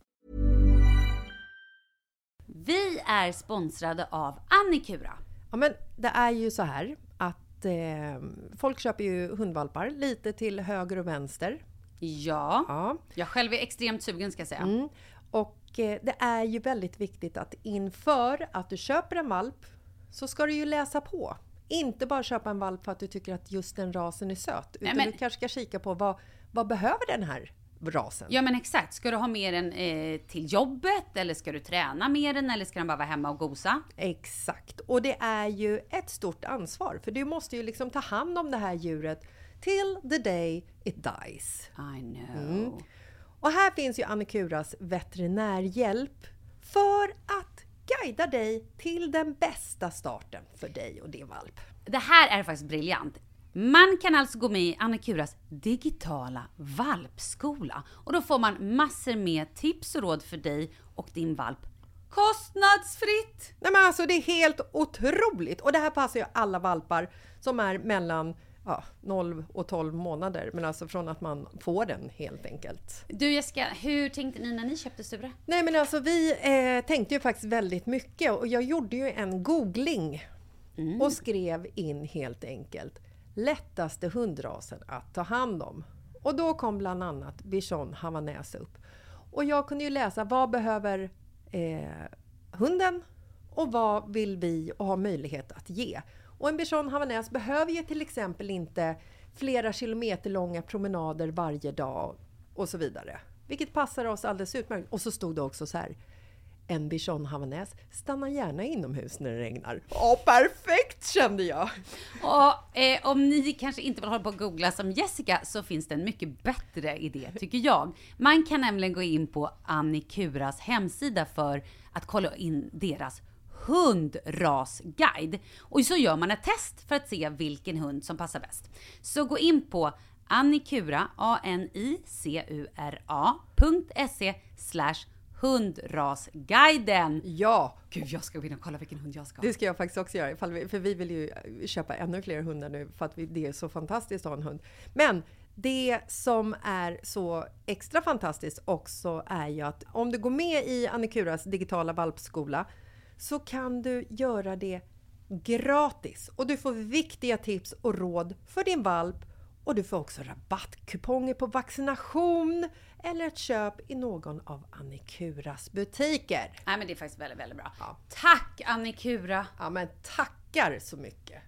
Speaker 7: Vi är sponsrade av Annikura.
Speaker 6: Ja, men det är ju så här att eh, folk köper ju hundvalpar lite till höger och vänster.
Speaker 7: Ja,
Speaker 6: ja.
Speaker 7: Jag själv är extremt sugen ska jag säga.
Speaker 6: Mm. Och eh, det är ju väldigt viktigt att inför att du köper en valp så ska du ju läsa på. Inte bara köpa en valp för att du tycker att just den rasen är söt. Utan Nej, men... du kanske ska kika på vad, vad behöver den här rasen?
Speaker 7: Ja men exakt, ska du ha med den eh, till jobbet eller ska du träna med den eller ska den bara vara hemma och gosa?
Speaker 6: Exakt, och det är ju ett stort ansvar för du måste ju liksom ta hand om det här djuret till the day it dies.
Speaker 7: I know.
Speaker 6: Mm. Och här finns ju Annikuras veterinärhjälp för att guida dig till den bästa starten för dig och din valp.
Speaker 7: Det här är faktiskt briljant. Man kan alltså gå med i Annikuras digitala valpskola. Och då får man massor med tips och råd för dig och din valp. Kostnadsfritt!
Speaker 6: Nej men alltså det är helt otroligt. Och det här passar ju alla valpar som är mellan ja, noll och tolv månader. Men alltså från att man får den helt enkelt.
Speaker 5: Du Jessica, hur tänkte ni när ni köpte Sture?
Speaker 6: Nej men alltså vi eh, tänkte ju faktiskt väldigt mycket. Och jag gjorde ju en googling. Mm. Och skrev in helt enkelt lättaste hundrasen att ta hand om. Och då kom bland annat Bichon Havanäs upp. Och jag kunde ju läsa vad behöver eh, hunden och vad vill vi och ha möjlighet att ge. Och en Bichon Havanäs behöver ju till exempel inte flera kilometer långa promenader varje dag och så vidare. Vilket passar oss alldeles utmärkt. Och så stod det också så här. En Bichon Havanäs stannar gärna inomhus när det regnar. Åh, perfekt kände jag!
Speaker 5: Och eh, om ni kanske inte vill hålla på att googla som Jessica så finns det en mycket bättre idé tycker jag. Man kan nämligen gå in på Annikuras hemsida för att kolla in deras hundrasguide. Och så gör man ett test för att se vilken hund som passar bäst. Så gå in på Annikura, A N I C U R A punkt se slash hundrasguiden.
Speaker 6: Ja.
Speaker 5: Gud, jag ska gå in och kolla vilken hund jag ska ha.
Speaker 6: Det ska jag faktiskt också göra. Ifall vi, för vi vill ju köpa ännu fler hundar nu. För att vi, det är så fantastiskt att ha en hund. Men det som är så extra fantastiskt också är ju att om du går med i Annikuras digitala valpskola så kan du göra det gratis. Och du får viktiga tips och råd för din valp. Och du får också rabattkuponger på vaccination eller ett köp i någon av Annikuras butiker.
Speaker 5: Nej, men det är faktiskt väldigt, väldigt bra.
Speaker 6: Ja.
Speaker 5: Tack Annikura!
Speaker 6: Ja, men tackar så mycket.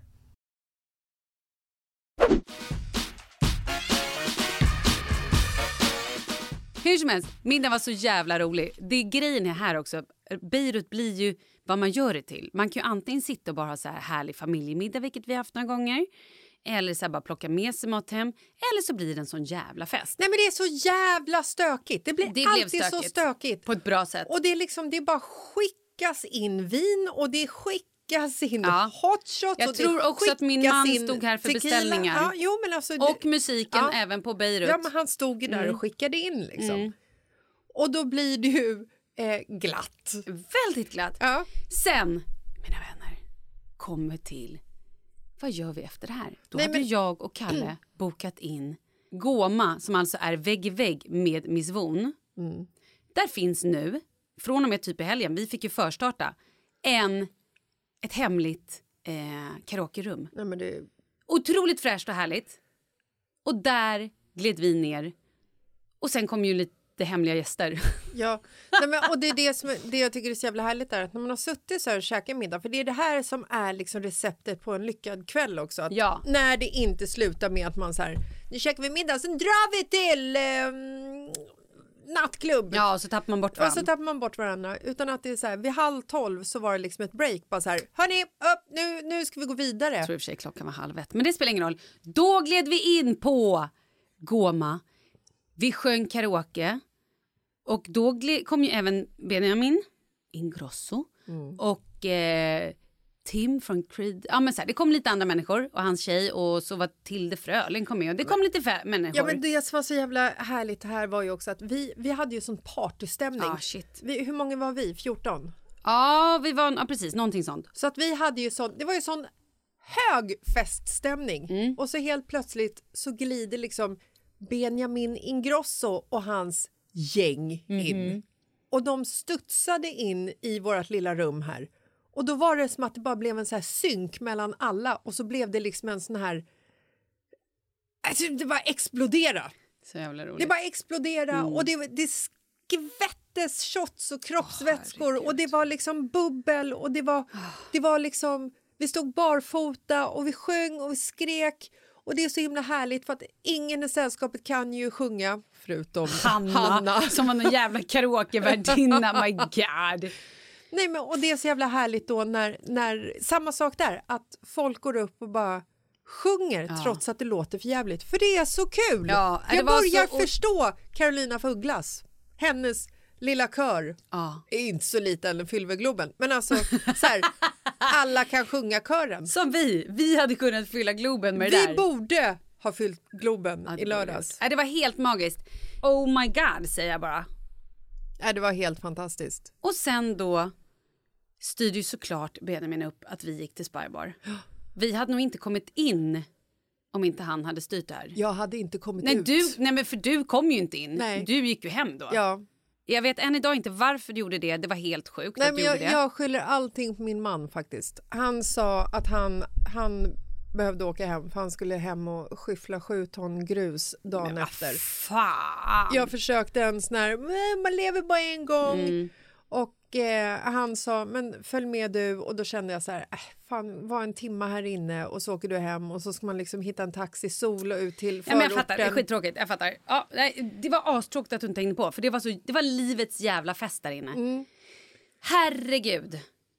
Speaker 7: Hur som helst, middagen var så jävla rolig. Det är grejen är här också. Beirut blir ju vad man gör det till. Man kan ju antingen sitta och bara ha så här härlig familjemiddag, vilket vi har haft några gånger. Eller så här bara plocka med sig mat hem. Eller så blir det en sån jävla fest.
Speaker 6: Nej men det är så jävla stökigt. Det blir
Speaker 7: det
Speaker 6: alltid
Speaker 7: stökigt.
Speaker 6: så stökigt.
Speaker 7: På ett bra sätt.
Speaker 6: Och det är liksom, det är bara skickas in vin och det skickas in
Speaker 7: ja.
Speaker 6: hot shots.
Speaker 7: Jag
Speaker 6: och
Speaker 7: tror
Speaker 6: det
Speaker 7: också att min man stod här för
Speaker 6: tequila.
Speaker 7: beställningar.
Speaker 6: Ja, jo, men alltså,
Speaker 7: och
Speaker 6: det,
Speaker 7: musiken
Speaker 6: ja.
Speaker 7: även på Beirut.
Speaker 6: Ja, men han stod ju där
Speaker 7: mm.
Speaker 6: och skickade in liksom.
Speaker 7: Mm.
Speaker 6: Och då blir det ju eh, glatt.
Speaker 7: Väldigt glatt.
Speaker 6: Ja.
Speaker 7: Sen, mina vänner, kommer till... Vad gör vi efter det här? Då
Speaker 6: Nej,
Speaker 7: hade
Speaker 6: men...
Speaker 7: jag och Kalle mm. bokat in Goma, som alltså är vägg i vägg med Miss Von.
Speaker 6: Mm.
Speaker 7: Där finns nu, från och med typ i helgen, vi fick ju förstarta, en, ett hemligt eh, karaokerum.
Speaker 6: Nej, men det...
Speaker 7: Otroligt fräscht och härligt. Och där gled vi ner. Och sen kom ju lite hemliga gäster.
Speaker 6: Ja, nej men, och det är det som det jag tycker är så jävla härligt är att när man har suttit så här och käkat middag, för det är det här som är liksom receptet på en lyckad kväll också. Att
Speaker 7: ja.
Speaker 6: När det inte slutar med att man så här, nu käkar vi middag, sen drar vi till eh, nattklubb.
Speaker 7: Ja, och så tappar man bort varandra.
Speaker 6: Och så tappar man bort varandra. Utan att det är så här, vid halv tolv så var det liksom ett break. Bara så här, hörni, upp, nu, nu ska vi gå vidare.
Speaker 7: Jag tror i och för sig klockan var halv ett, men det spelar ingen roll. Då gled vi in på Goma. Vi sjöng karaoke. Och då kom ju även Benjamin Ingrosso mm. och eh, Tim från Creed. Ja, men så här, det kom lite andra människor och hans tjej och så var Tilde Fröling kom med. Och det kom lite fär- människor.
Speaker 6: Ja, men det som var så jävla härligt här var ju också att vi, vi hade ju sån partystämning.
Speaker 7: Ah, shit.
Speaker 6: Vi, hur många var vi? fjorton?
Speaker 7: Ja, vi var ja, precis, någonting sånt.
Speaker 6: Så att vi hade ju sån, det var ju sån hög feststämning. Mm. Och så helt plötsligt så glider liksom Benjamin Ingrosso och hans gäng in. Mm. Och de studsade in i vårt lilla rum här. Och då var det som att det bara blev en så här synk mellan alla. Och så blev det liksom en sån här... Alltså det bara explodera.
Speaker 7: Så jävla roligt.
Speaker 6: Det bara explodera mm. och det, det skvättes shots och kroppsvätskor. Oh, och det var liksom bubbel och det var, oh. det var liksom... Vi stod barfota och vi sjöng och vi skrek. Och det är så himla härligt för att ingen i sällskapet kan ju sjunga förutom
Speaker 7: Hanna,
Speaker 6: Hanna.
Speaker 7: som var någon jävla karaokevärdinna, my god.
Speaker 6: Nej, men och det är så jävla härligt då när, när samma sak där, att folk går upp och bara sjunger ja. Trots att det låter för jävligt. För det är så kul.
Speaker 7: Ja,
Speaker 6: jag börjar så... förstå Carolina Fugglas. Hennes lilla kör
Speaker 7: ja.
Speaker 6: Är inte så liten än Fyllve-Globen. Men alltså, så här, alla kan sjunga kören.
Speaker 7: Som vi. Vi hade kunnat fylla Globen med
Speaker 6: vi
Speaker 7: det där.
Speaker 6: Vi borde ha fyllt Globen
Speaker 7: ja,
Speaker 6: i lördags.
Speaker 7: Ja, det var helt magiskt. Oh my god, säger jag bara.
Speaker 6: Ja, det var helt fantastiskt.
Speaker 7: Och sen då styrde ju såklart Benjamin upp att vi gick till Spybar. Vi hade nog inte kommit in om inte han hade styrt det här.
Speaker 6: Jag hade inte kommit
Speaker 7: nej,
Speaker 6: ut.
Speaker 7: Du, nej, men för du kom ju inte in.
Speaker 6: Nej.
Speaker 7: Du gick ju hem då.
Speaker 6: Ja.
Speaker 7: Jag vet än idag inte varför du gjorde det. Det var helt sjukt
Speaker 6: Nej,
Speaker 7: att
Speaker 6: men
Speaker 7: du
Speaker 6: jag,
Speaker 7: gjorde det.
Speaker 6: jag skyller allting på min man faktiskt. Han sa att han, han behövde åka hem för han skulle hem och skyffla sju ton grus dagen
Speaker 7: men
Speaker 6: efter.
Speaker 7: Fan.
Speaker 6: Jag försökte en sån här, man lever bara en gång.
Speaker 7: Mm.
Speaker 6: Och eh, han sa, men följ med du. Och då kände jag så här, äh, fan, var en timma här inne och så åker du hem och så ska man liksom hitta en taxi sol och ut till förorten.
Speaker 7: Ja, men jag fattar, det är skittråkigt, jag fattar. Ja, nej, det var astråkigt att du inte hängde på, för det var, så, det var livets jävla fest där inne.
Speaker 6: Mm.
Speaker 7: Herregud.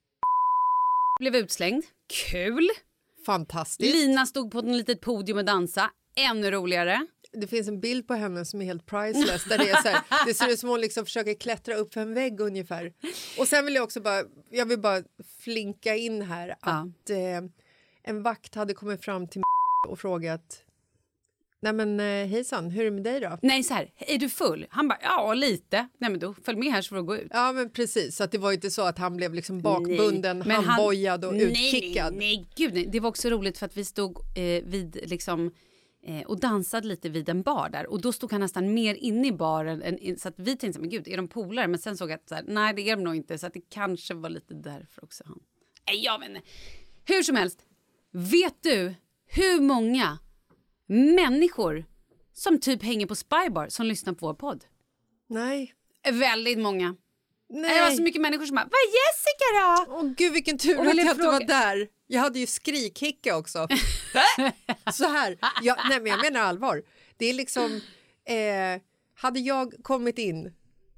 Speaker 7: Blev utslängd, kul.
Speaker 6: Fantastiskt.
Speaker 7: Lina stod på ett litet podium och dansa, ännu roligare.
Speaker 6: Det finns en bild på henne som är helt priceless. Där det, är så här, det ser ut som hon liksom försöker klättra upp för en vägg ungefär. Och sen vill jag också bara, jag vill bara flinka in här
Speaker 7: ja.
Speaker 6: att eh, en vakt hade kommit fram till mig och frågat, nej men eh, hejsan, hur är det med dig då?
Speaker 7: Nej, så här, är du full? Han bara, ja lite. Nej men då, följ med här så får du gå ut.
Speaker 6: Ja men precis, så att det var inte så att han blev liksom bakbunden, nej, handbojad och
Speaker 7: nej,
Speaker 6: utkickad.
Speaker 7: Nej, nej, gud nej. Det var också roligt för att vi stod eh, vid liksom eh, och dansade lite vid en bar där. Och då stod han nästan mer inne i baren än, så att vi tänkte, men gud, är de polare? Men sen såg jag att så här, nej det är de nog inte, så att det kanske var lite därför också han. Nej, jag vet inte. Hur som helst, vet du hur många människor som typ hänger på Spybar som lyssnar på vår podd?
Speaker 6: Nej.
Speaker 7: Väldigt många.
Speaker 6: Nej.
Speaker 7: Det var så mycket människor som bara, vad är Jessica då?
Speaker 6: Åh gud, vilken tur att jag inte fråga... var där. Jag hade ju skrikhicka också. Så här, jag, nej men jag menar allvar. Det är liksom, eh, hade jag kommit in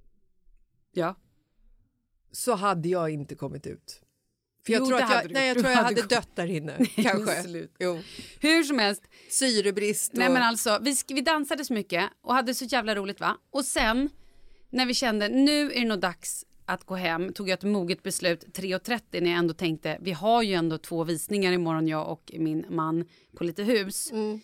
Speaker 7: ja.
Speaker 6: så hade jag inte kommit ut. För jag
Speaker 7: jo,
Speaker 6: tror att jag, nej, jag, tror jag hade
Speaker 7: kom...
Speaker 6: dött där inne, kanske. Jo.
Speaker 7: Hur som helst.
Speaker 6: Syrebrist. Och...
Speaker 7: Nej men alltså, vi, vi dansade så mycket och hade så jävla roligt va? Och sen, när vi kände, nu är det nog dags att gå hem, tog jag ett moget beslut tre och trettio när jag ändå tänkte, vi har ju ändå två visningar imorgon, jag och min man, på lite hus.
Speaker 6: Mm.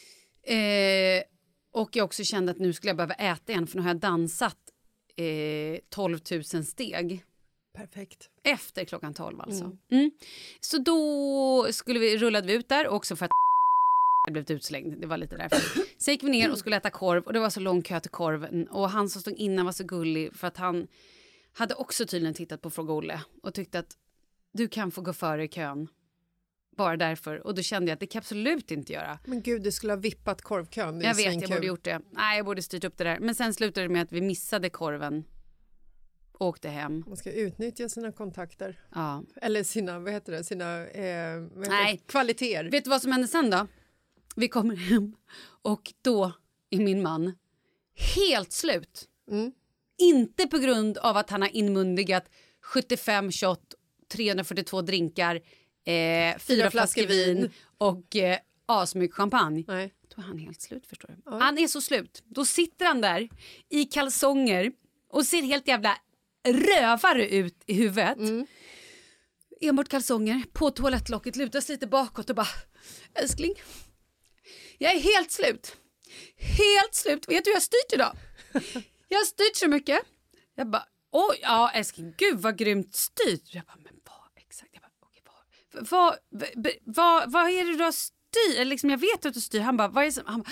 Speaker 7: Eh, och jag också kände att nu skulle jag behöva äta igen, för nu har jag dansat eh, tolv tusen steg.
Speaker 6: Perfekt.
Speaker 7: Efter klockan tolv alltså. Mm. Mm. Så då skulle vi, rullade vi ut där också för att jag blev utslängd. Det var lite därför. Så gick vi ner och skulle äta korv och det var så lång kö till korven. Och han som stod innan var så gullig för att han hade också tydligen tittat på Fråga Olle och tyckte att du kan få gå före i kön. Bara därför. Och då kände jag att det kan absolut inte göra.
Speaker 6: Men gud, du skulle ha vippat korvkön.
Speaker 7: Jag vet, jag borde gjort det. Nej, jag borde styrt upp det där. Men sen slutade det med att vi missade korven. Åkte hem.
Speaker 6: Man ska utnyttja sina kontakter.
Speaker 7: Ja.
Speaker 6: Eller sina, vad heter det, sina eh, vad heter
Speaker 7: Nej.
Speaker 6: det? Kvaliteter.
Speaker 7: Vet du vad som hände sen då? Vi kommer hem och då är min man helt slut.
Speaker 6: Mm.
Speaker 7: Inte på grund av att han har inmundigat sjuttiofem shot, trehundrafyrtiotvå drinkar, eh, fyra, fyra flaskor vin, vin och eh, asmycket champagne.
Speaker 6: Nej.
Speaker 7: Då är han helt slut, förstår du.
Speaker 6: Ja.
Speaker 7: Han är så slut. Då sitter han där i kalsonger och ser helt jävla rövare ut i huvudet.
Speaker 6: Mm.
Speaker 7: Enbart kalsonger, på toalettlocket, lutas lite bakåt och bara, älskling, jag är helt slut. Helt slut. Vet du hur jag har styrt idag? Jag har styrt så mycket. Jag bara, oj, ja älskling, gud vad grymt styrt. Jag bara, men vad exakt? Jag bara, okej, vad, vad, vad, vad, vad är det du har styrt? Eller liksom, jag vet att du styr. Han bara, vad är det som? Han bara,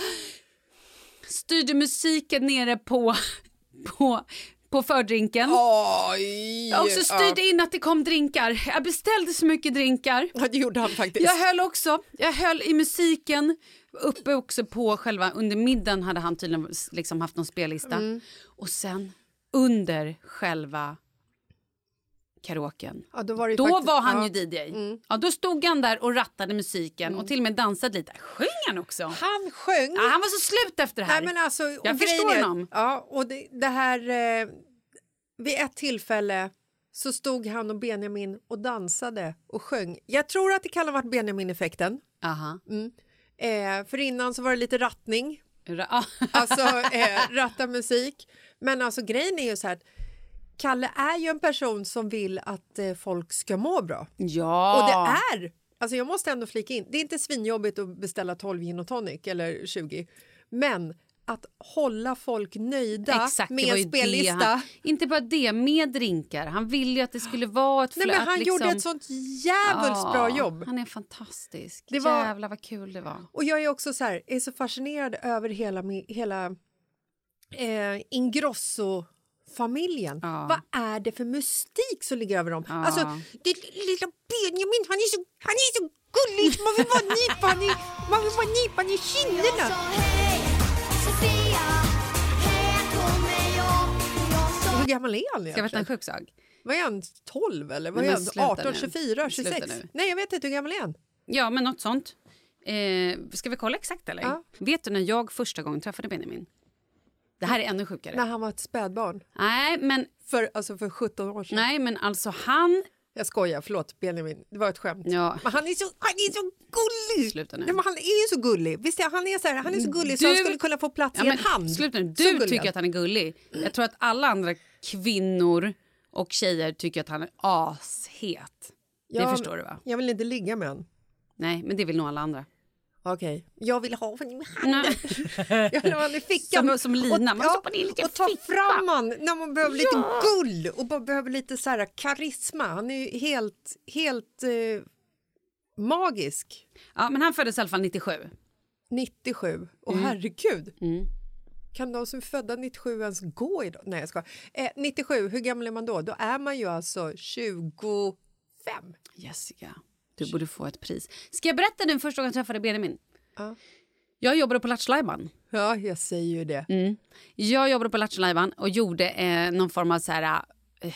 Speaker 7: styrde musiken nere på, på, på fördrinken.
Speaker 6: Oj!
Speaker 7: Jag också styrde in att det kom drinkar. Jag beställde så mycket drinkar.
Speaker 6: Ja, det gjorde han faktiskt.
Speaker 7: Jag höll också, jag höll i musiken uppe också på själva, under middagen hade han tydligen liksom haft någon spellista. Mm. Och sen under själva karaoken.
Speaker 6: Ja, då var, det
Speaker 7: då
Speaker 6: faktiskt,
Speaker 7: var han
Speaker 6: ja.
Speaker 7: ju D J.
Speaker 6: Mm.
Speaker 7: Ja, då stod han där och rattade musiken mm. och till och med dansade lite. Sjöng han också?
Speaker 6: Han sjöng.
Speaker 7: Ja, han var så slut efter det här.
Speaker 6: Nej, men alltså,
Speaker 7: jag förstår
Speaker 6: är,
Speaker 7: honom.
Speaker 6: Ja, och det, det här eh, vid ett tillfälle så stod han och Benjamin och dansade och sjöng. Jag tror att det kan ha varit Benjamin-effekten.
Speaker 7: Aha.
Speaker 6: Mm. Eh, för innan så var det lite rattning.
Speaker 7: Ra-
Speaker 6: alltså eh, ratta musik. Men alltså grejen är ju så här att Kalle är ju en person som vill att eh, folk ska må bra.
Speaker 7: Ja.
Speaker 6: Och det är, alltså jag måste ändå flika in, det är inte svinjobbigt att beställa tolv gin och tonic eller tjugo. Men att hålla folk nöjda.
Speaker 7: Exakt,
Speaker 6: med
Speaker 7: det var ju
Speaker 6: spellista.
Speaker 7: det han, inte bara det, med drinkar. Han ville ju att det skulle vara ett...
Speaker 6: Nej, men han
Speaker 7: liksom,
Speaker 6: gjorde ett sånt jävligt
Speaker 7: ja,
Speaker 6: bra jobb.
Speaker 7: Han är fantastisk.
Speaker 6: Det var,
Speaker 7: Jävlar vad kul det var.
Speaker 6: Och jag är också så här, är så fascinerad över hela, hela eh, Ingrosso-familjen. Ja. Vad är det för mystik som ligger över dem? Ja. Alltså, det lilla Benjamin, han är så, han är så gullig. Man vill bara nypa han i, man vill bara nypa han i kinderna. Hur gammal är han?
Speaker 7: Ska jag veta en sjuksag?
Speaker 6: Vad är han? tolv eller? Vad är han? arton, tjugofyra, tjugosex? Nej, jag vet inte hur gammal är han.
Speaker 7: Ja, men något sånt. Eh, ska vi kolla exakt eller? Ja. Vet du när jag första gången träffade Benjamin? Det här är ännu sjukare.
Speaker 6: När han var ett spädbarn?
Speaker 7: Nej, men...
Speaker 6: För, alltså för sjutton år sedan?
Speaker 7: Nej, men alltså han...
Speaker 6: Jag skojar, förlåt Benjamin. Det var ett skämt.
Speaker 7: Ja.
Speaker 6: Men han är så, han är så gullig!
Speaker 7: Sluta nu.
Speaker 6: Nej, men han är ju så gullig. Visst är han är så här, han är så gullig du... så han skulle kunna få plats ja, i en hand.
Speaker 7: Sluta nu. Du tycker att han är gullig. Jag tror att alla andra kvinnor och tjejer tycker att han är ashet. Ja, det förstår du va?
Speaker 6: Jag vill inte ligga med honom.
Speaker 7: Nej, men det vill nog alla andra.
Speaker 6: Okej, okay. Jag vill ha honom i handen. Jag vill ha honom i fickan.
Speaker 7: Som, som lina. Man
Speaker 6: ja,
Speaker 7: lite
Speaker 6: och ta fram han när man behöver ja. lite gull och bara behöver lite så här karisma. Han är ju helt, helt eh, magisk.
Speaker 7: Ja, men han föddes i alla fall nittiosju.
Speaker 6: nittiosju? Åh mm. herregud. Mm. Kan de som är födda nittiosju ens gå idag? Nej, jag ska. Eh, nittiosju, hur gammal är man då? Då är man ju alltså tjugofem.
Speaker 7: Jessica. Du borde få ett pris. Ska jag berätta nu första gången jag träffade Benjamin?
Speaker 6: Ja.
Speaker 7: Jag jobbade på Lattjo Lajban.
Speaker 6: Ja, jag säger ju det.
Speaker 7: Mm. Jag jobbade på Lattjo Lajban och gjorde eh, någon form av så här, eh,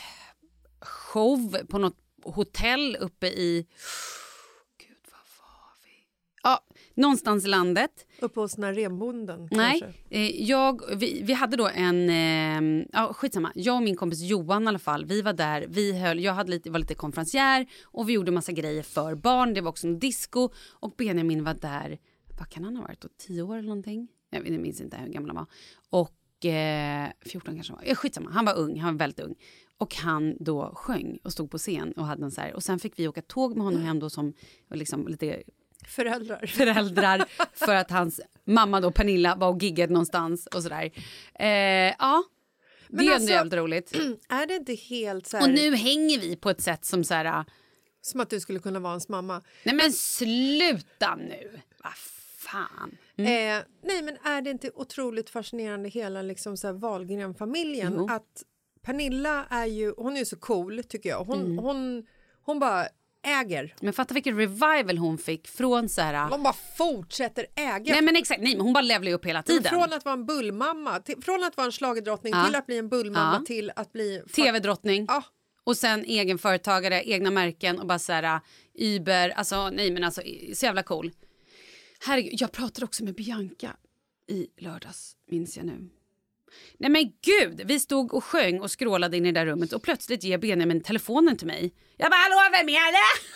Speaker 7: show på något hotell uppe i... Gud, vad var vi? Ja, någonstans i landet.
Speaker 6: Uppe hos den här renbonden?
Speaker 7: Nej, eh, jag, vi, vi hade då en... Eh, ja, skitsamma. Jag och min kompis Johan i alla fall, vi var där. Vi höll, jag hade lite, var lite konferencier och vi gjorde massa grejer för barn. Det var också en disco och Benjamin var där. Vad kan han ha varit då? Tio år eller någonting? Jag minns inte hur gammal han var. Och eh, fjorton kanske var. Ja, skitsamma. Han var ung, han var väldigt ung. Och han då sjöng och stod på scen och hade en så här. Och sen fick vi åka tåg med honom hem då som liksom lite...
Speaker 6: Föräldrar.
Speaker 7: Föräldrar för att hans mamma då Pernilla var och giggade någonstans och sådär. Eh, ja, det men är alltså, ändå jävligt roligt.
Speaker 6: Är det inte helt så här...
Speaker 7: Och nu hänger vi på ett sätt som så här...
Speaker 6: Som att du skulle kunna vara hans mamma.
Speaker 7: Nej men sluta nu. Vad fan.
Speaker 6: Mm. Eh, nej men är det inte otroligt fascinerande hela liksom så här Wahlgren-familjen mm. att Pernilla är ju, hon är ju så cool tycker jag. Hon, mm. hon, hon bara äger.
Speaker 7: Men fatta vilken revival hon fick från så här...
Speaker 6: Hon bara fortsätter äga.
Speaker 7: Nej men exakt, nej men hon bara levlar upp hela tiden.
Speaker 6: Men från att vara en bullmamma, till, från att vara en schlagerdrottning ja. till att bli en bullmamma ja. till att bli...
Speaker 7: T V-drottning.
Speaker 6: Ja.
Speaker 7: Och sen egen företagare, egna märken och bara så här Uber, alltså nej men alltså så jävla cool. Herregud, jag pratade också med Bianca i lördags, minns jag nu. Nej men gud, vi stod och sjöng och skrålade in i det där rummet och plötsligt ger Benjamin telefonen till mig. Jag bara, hallå, vem är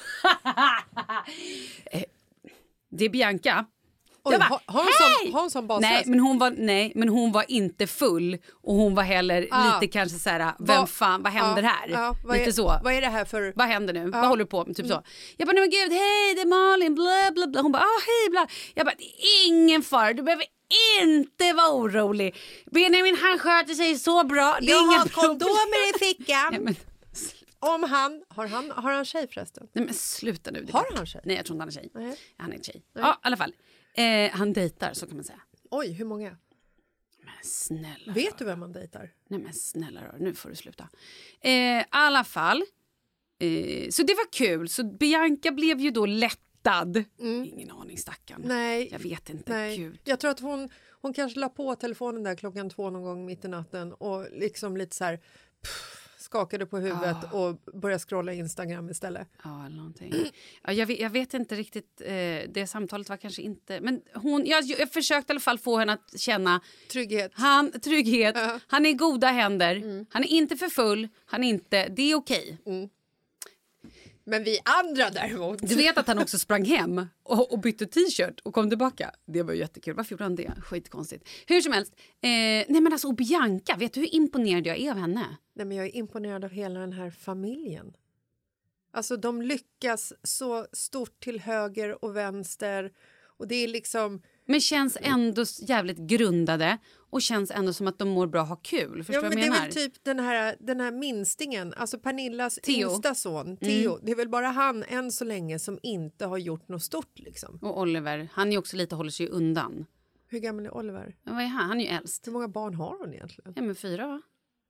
Speaker 7: det? Det är Bianca.
Speaker 6: Oj, jag bara, har, har, hon som, har hon som basröst?
Speaker 7: Nej, men hon var nej, men hon var inte full och hon var heller ah. lite kanske så här, vem Va, fan, vad händer ah, här?
Speaker 6: Ah, vad
Speaker 7: lite
Speaker 6: är,
Speaker 7: så.
Speaker 6: Vad är det här för
Speaker 7: Vad händer nu? Vad håller du på med typ mm. så? Jag bara, nej men gud, hej, det är Malin, bla bla bla. Hon bara, ah, hej, bla. Jag bara, det är ingen fara. Du behöver inte vara orolig. Benjamin, han sköter sig så bra. Det är
Speaker 6: jag
Speaker 7: inga
Speaker 6: har kondomer i fickan.
Speaker 7: Nej, men
Speaker 6: om han har han har han tjej förresten?
Speaker 7: Nej men sluta nu.
Speaker 6: Har han tjej?
Speaker 7: Nej, jag tror inte han är tjej.
Speaker 6: Nej.
Speaker 7: Han är en tjej. Nej. Ja, i alla fall. Eh, han dejtar, så kan man säga.
Speaker 6: Oj, hur många?
Speaker 7: Men snälla.
Speaker 6: Vet rör. du vem man dejtar?
Speaker 7: Nej men snälla rör. Nu får du sluta. Eh, I alla fall. Eh, så det var kul. Så Bianca blev ju då lättad. Mm. Ingen aning, stackarn.
Speaker 6: Nej.
Speaker 7: Jag vet inte.
Speaker 6: Nej.
Speaker 7: Gud.
Speaker 6: Jag tror att hon, hon kanske la på telefonen där klockan två någon gång mitt i natten. Och liksom lite så här... Pff, skakade på huvudet ah. och började scrolla Instagram istället.
Speaker 7: Ja, eller någonting. Ja, jag, vet, jag vet inte riktigt, eh, det samtalet var kanske inte... Men hon, jag, jag försökte i alla fall få henne att känna...
Speaker 6: Trygghet.
Speaker 7: Han, trygghet.
Speaker 6: Uh-huh.
Speaker 7: Han är i goda händer.
Speaker 6: Mm.
Speaker 7: Han är inte för full. Han är inte... Det är okej.
Speaker 6: Mm. Men vi andra däremot...
Speaker 7: Du vet att han också sprang hem och, och bytte t-shirt och kom tillbaka. Det var ju jättekul. Varför gjorde han det? Skitkonstigt. Hur som helst. Eh, nej men alltså, och Bianca, vet du hur imponerad jag är av henne?
Speaker 6: Nej men jag är imponerad av hela den här familjen. Alltså de lyckas så stort till höger och vänster. Och det är liksom...
Speaker 7: Men känns ändå jävligt grundade och känns ändå som att de mår bra och har kul. Förstår
Speaker 6: ja,
Speaker 7: vad
Speaker 6: men
Speaker 7: jag menar?
Speaker 6: Det är väl typ den här, den här minstingen, alltså Pernillas
Speaker 7: Theo.
Speaker 6: yngsta son, Theo.
Speaker 7: Mm.
Speaker 6: Det är väl bara han än så länge som inte har gjort något stort liksom.
Speaker 7: Och Oliver, han är också lite, håller sig undan.
Speaker 6: Hur gammal är Oliver?
Speaker 7: Ja, vad är han? Han är ju äldst.
Speaker 6: Hur många barn har hon egentligen?
Speaker 7: Ja, men fyra va?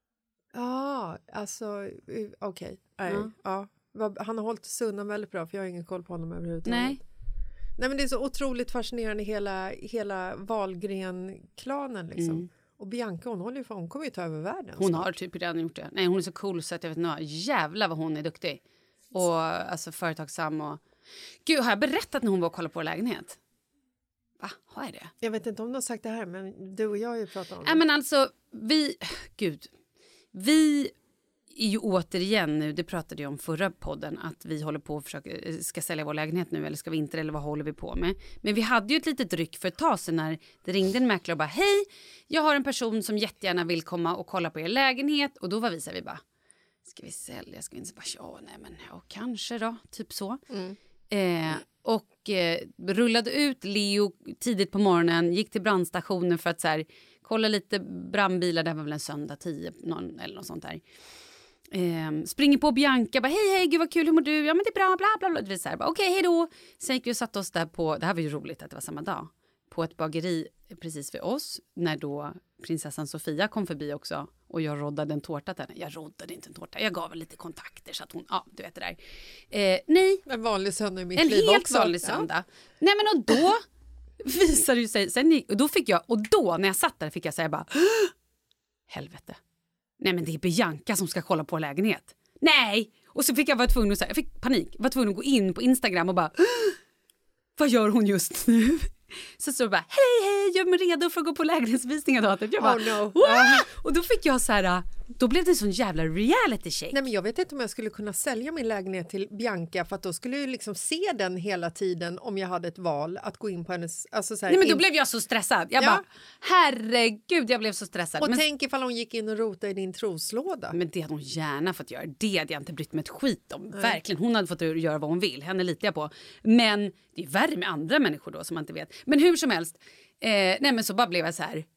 Speaker 6: Ja, alltså okej. Okay. Ja. Ja. Han har hållit sig undan väldigt bra för jag har ingen koll på honom överhuvudtaget.
Speaker 7: Nej.
Speaker 6: Nej men det är så otroligt fascinerande hela, hela Wahlgren-klanen liksom. Mm. Och Bianca hon håller ju för, hon kommer ju ta över världen.
Speaker 7: Hon
Speaker 6: snart.
Speaker 7: har typ redan gjort det. Nej hon är så cool så att jag vet inte, jävlar vad hon är duktig. Och alltså företagsam och... Gud, har jag berättat när hon var och kollade på lägenhet? Va, har jag det?
Speaker 6: Jag vet inte om du har sagt det här men du och jag har ju pratat om det.
Speaker 7: Nej men alltså, vi... Gud. Vi... är ju återigen nu, det pratade jag om förra podden, att vi håller på att försöka, ska sälja vår lägenhet nu eller ska vi inte, eller vad håller vi på med? Men vi hade ju ett litet ryck för ett tag sedan när det ringde en mäklare och bara hej, jag har en person som jättegärna vill komma och kolla på er lägenhet och då var vi så här, vi bara ska vi sälja, ska vi inte bara, ja nej men ja, kanske då, typ så. Mm. Eh, och eh, rullade ut Leo tidigt på morgonen, gick till brandstationen för att så här, kolla lite brandbilar, det var väl en söndag tio någon, eller något sånt där. Eh, springer på Bianca, bara hej hej gud vad kul, hur mår du? Ja men det är bra, bla bla bla. Vi säger okej okay, hej då. Sen gick vi och satt oss där på, det här var ju roligt att det var samma dag, på ett bageri precis för oss när då prinsessan Sofia kom förbi också och jag roddade en tårta till henne. Jag roddade inte en tårta, jag gav lite kontakter så att hon, ja du vet det där. Eh, nej.
Speaker 6: En vanlig söndag i mitt
Speaker 7: en
Speaker 6: liv
Speaker 7: helt
Speaker 6: också.
Speaker 7: vanlig söndag. Ja. Nej men och då visade ju sig, sen gick, och då fick jag, och då när jag satt där fick jag säga bara helvete. Nej men det är Bianca som ska kolla på lägenhet. Nej! Och så fick jag vara tvungen att säga, jag fick panik. Var tvungen att gå in på Instagram och bara vad gör hon just nu? Så så bara hej hej, gör mig redo för att gå på lägenhetsvisningar då. Jag bara,
Speaker 6: oh no.
Speaker 7: Wow! Och då fick jag så här, då blev det en sån jävla reality check.
Speaker 6: Nej men jag vet inte om jag skulle kunna sälja min lägenhet till Bianca för att då skulle jag liksom se den hela tiden om jag hade ett val att gå in på hennes, alltså så här,
Speaker 7: nej men då
Speaker 6: in...
Speaker 7: blev jag så stressad. Jag
Speaker 6: ja.
Speaker 7: bara herregud, jag blev så stressad.
Speaker 6: Och
Speaker 7: men...
Speaker 6: tänk ifall hon gick in och rotade i din troslåda.
Speaker 7: Men det hade hon gärna fått göra. Det hade jag inte brytt mig ett skit om. Nej. Verkligen, hon hade fått göra vad hon vill. Henne litar jag på. Men det är värre med andra människor då som man inte vet. Men hur som helst. Eh, nej men så bara blev jag så här.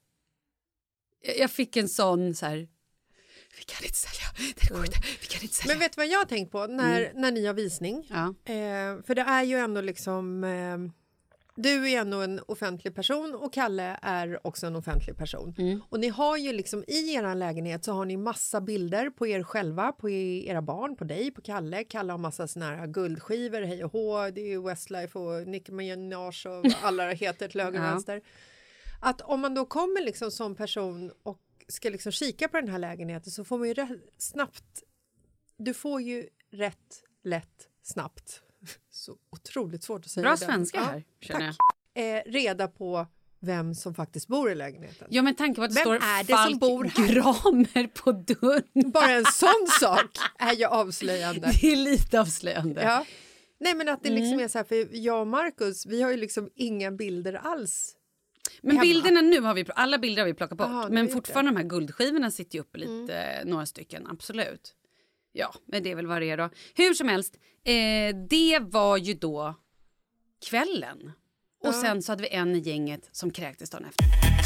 Speaker 7: Jag fick en sån så här. Vi kan inte sälja. Det går inte. Vi kan inte sälja.
Speaker 6: Men vet du vad jag har tänkt på när,
Speaker 7: mm.
Speaker 6: när ni har visning?
Speaker 7: Ja.
Speaker 6: Eh, för det är ju ändå liksom... Eh, du är ändå en offentlig person och Kalle är också en offentlig person. Mm. Och ni har ju liksom i er lägenhet så har ni massa bilder på er själva, på era barn, på dig, på Kalle. Kalle har massa såna här guldskivor, hej och hå, det är ju Westlife och Nicki Minaj och alla heter till höger och
Speaker 7: ja.
Speaker 6: vänster. Att om man då kommer liksom som person och ska liksom kika på den här lägenheten så får man ju rätt snabbt, du får ju rätt lätt snabbt. Så otroligt svårt att säga.
Speaker 7: Bra
Speaker 6: det.
Speaker 7: svenska ja, här, känner jag.
Speaker 6: Eh, reda på vem som faktiskt bor i lägenheten.
Speaker 7: Ja, men tanken på att det
Speaker 6: vem
Speaker 7: står
Speaker 6: är det
Speaker 7: Falk
Speaker 6: som bor här?
Speaker 7: Gramer på dörren.
Speaker 6: Bara en sån sak är ju avslöjande.
Speaker 7: Det är lite avslöjande.
Speaker 6: Ja. Nej, men att det liksom
Speaker 7: mm.
Speaker 6: är så här, för jag och Marcus, vi har ju liksom inga bilder alls.
Speaker 7: Men
Speaker 6: hemma.
Speaker 7: Bilderna nu har vi, alla bilder har vi plockat bort.
Speaker 6: Aha,
Speaker 7: men fortfarande det. De här guldskivorna sitter ju uppe lite, mm. några stycken, absolut. Ja, men det är väl vad det är då. Hur som helst, eh, det var ju då kvällen. Och
Speaker 6: ja.
Speaker 7: sen så hade vi en i gänget som kräktes dagen efter.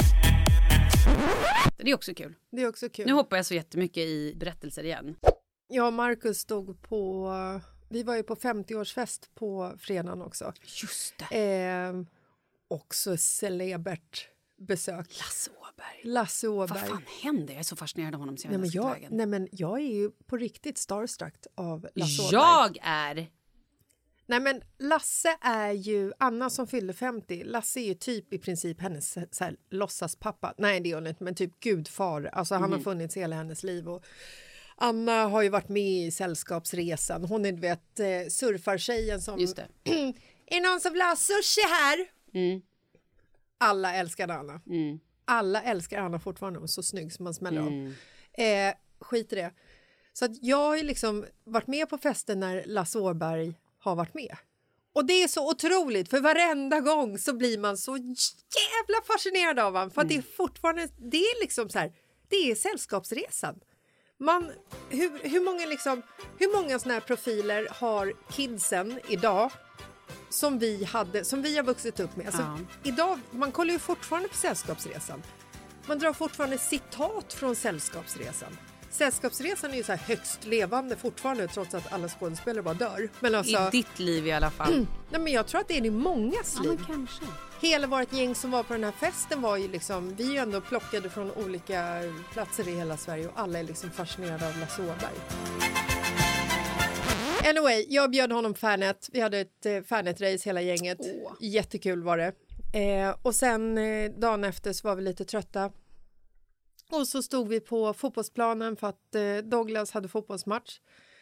Speaker 7: Det är också kul.
Speaker 6: Det är också kul.
Speaker 7: Nu hoppar jag så jättemycket i berättelser igen.
Speaker 6: Jag och Marcus stod på, vi var ju på femtioårsfest på fredagen också.
Speaker 7: Just det.
Speaker 6: Eh, också celebert besök.
Speaker 7: Lasse Åberg.
Speaker 6: Lasse Åberg.
Speaker 7: Vad fan händer? Jag är så fascinerad av honom.
Speaker 6: Nej men, jag, nej men jag är ju på riktigt starstruck av Lasse Åberg.
Speaker 7: Jag är...
Speaker 6: Nej men Lasse är ju, Anna som fyllde femtio, Lasse är ju typ i princip hennes så här, låtsaspappa. Nej det är hon inte, men typ gudfar. Alltså han mm. har funnits hela hennes liv och Anna har ju varit med i Sällskapsresan. Hon är du vet surfartjejen som...
Speaker 7: Just det.
Speaker 6: Är någon som vill ha sushi här?
Speaker 7: Mm.
Speaker 6: Alla älskar Anna.
Speaker 7: Mm.
Speaker 6: Alla älskar Anna fortfarande. Hon är så snygg som man smäller
Speaker 7: mm.
Speaker 6: av. Eh, skit i det. Så att jag har ju liksom varit med på festen när Lasse Åberg har varit med. Och det är så otroligt. För varenda gång så blir man så jävla fascinerad av honom. För att mm. det är fortfarande... Det är liksom så här... Det är Sällskapsresan. Man, hur, hur många liksom, hur många såna här profiler har kidsen idag som vi hade, som vi har vuxit upp med. Alltså,
Speaker 7: Ja.
Speaker 6: idag, man kollar ju fortfarande på Sällskapsresan. Man drar fortfarande citat från Sällskapsresan. Sällskapsresan är ju så här högst levande fortfarande trots att alla skådespelare bara dör. Men alltså,
Speaker 7: I ditt liv i alla fall.
Speaker 6: Mm, nej, men jag tror att det är i mångas
Speaker 7: Ja,
Speaker 6: liv.
Speaker 7: men kanske.
Speaker 6: Hela vårt gäng som var på den här festen var ju liksom, vi är ju ändå plockade från olika platser i hela Sverige och alla är liksom fascinerade av Lasse Åberg. Anyway, jag bjöd honom Fanet. Vi hade ett eh, Fanet-race hela gänget.
Speaker 7: Åh.
Speaker 6: Jättekul var det. Eh, och sen eh, dagen efter så var vi lite trötta. Och så stod vi på fotbollsplanen för att eh, Douglas hade fotbollsmatch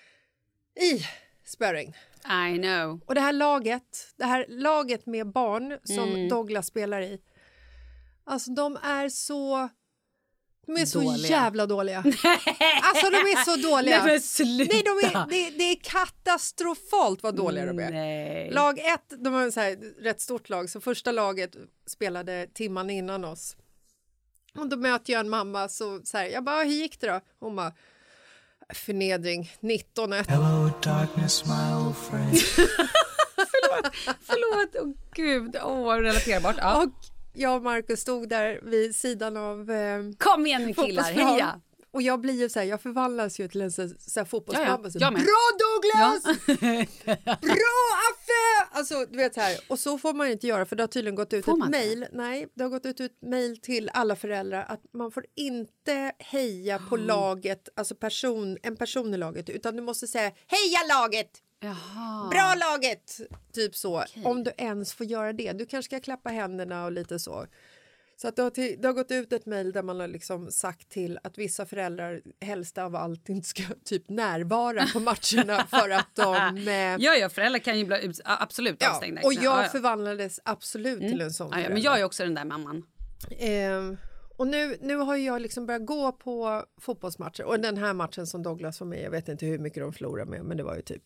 Speaker 6: i spöregn.
Speaker 7: I know.
Speaker 6: Och det här laget, det här laget med barn som
Speaker 7: Mm.
Speaker 6: Douglas spelar i. Alltså de är så de är så
Speaker 7: Dåliga.
Speaker 6: jävla dåliga. Alltså de är så dåliga.
Speaker 7: Nej, men sluta.
Speaker 6: Nej, de är, det, det är katastrofalt vad dåliga de är.
Speaker 7: Nej.
Speaker 6: Lag ett, de var en så här rätt stort lag. Så första laget spelade timman innan oss. Och då möter jag en mamma så, så här, jag bara, hur gick det då? Hon bara, förnedring, nitton ett.
Speaker 14: Hello darkness my old friend.
Speaker 7: förlåt, förlåt. Åh gud, åh, relaterbart. Ja.
Speaker 6: Och jag och Marcus stod där vid sidan av eh,
Speaker 7: Kom igen med killar,
Speaker 6: fotbollsplan.
Speaker 7: heja.
Speaker 6: Och jag blir ju så här, jag förvandlas ju till en så, så här fotbollsmamma.
Speaker 7: Ja, ja. Jag med.
Speaker 6: Bra Douglas!
Speaker 7: Ja.
Speaker 6: Bra Affe! Alltså du vet så här, och så får man inte göra för det har tydligen gått ut
Speaker 7: Får
Speaker 6: ett
Speaker 7: man inte?
Speaker 6: mejl. Nej, det har gått ut ett mejl till alla föräldrar att man får inte heja på laget, alltså person, en person i laget, utan du måste säga heja laget!
Speaker 7: Jaha.
Speaker 6: Bra laget! Typ så. Om du ens får göra det. Du kanske ska klappa händerna och lite så. Så att det, har till, det har gått ut ett mejl där man har liksom sagt till att vissa föräldrar helst av allt inte ska typ närvara på matcherna för att de... Eh,
Speaker 7: Ja, ja, föräldrar kan ju bli absolut
Speaker 6: ja,
Speaker 7: avstängda.
Speaker 6: och jag
Speaker 7: Ja, ja.
Speaker 6: förvandlades absolut
Speaker 7: Mm.
Speaker 6: till en sån
Speaker 7: Ja, ja,
Speaker 6: förälder.
Speaker 7: men jag är också den där mamman.
Speaker 6: Eh, och nu, nu har jag liksom börjat gå på fotbollsmatcher. Och den här matchen som Douglas var med, jag vet inte hur mycket de förlorade med, men det var ju typ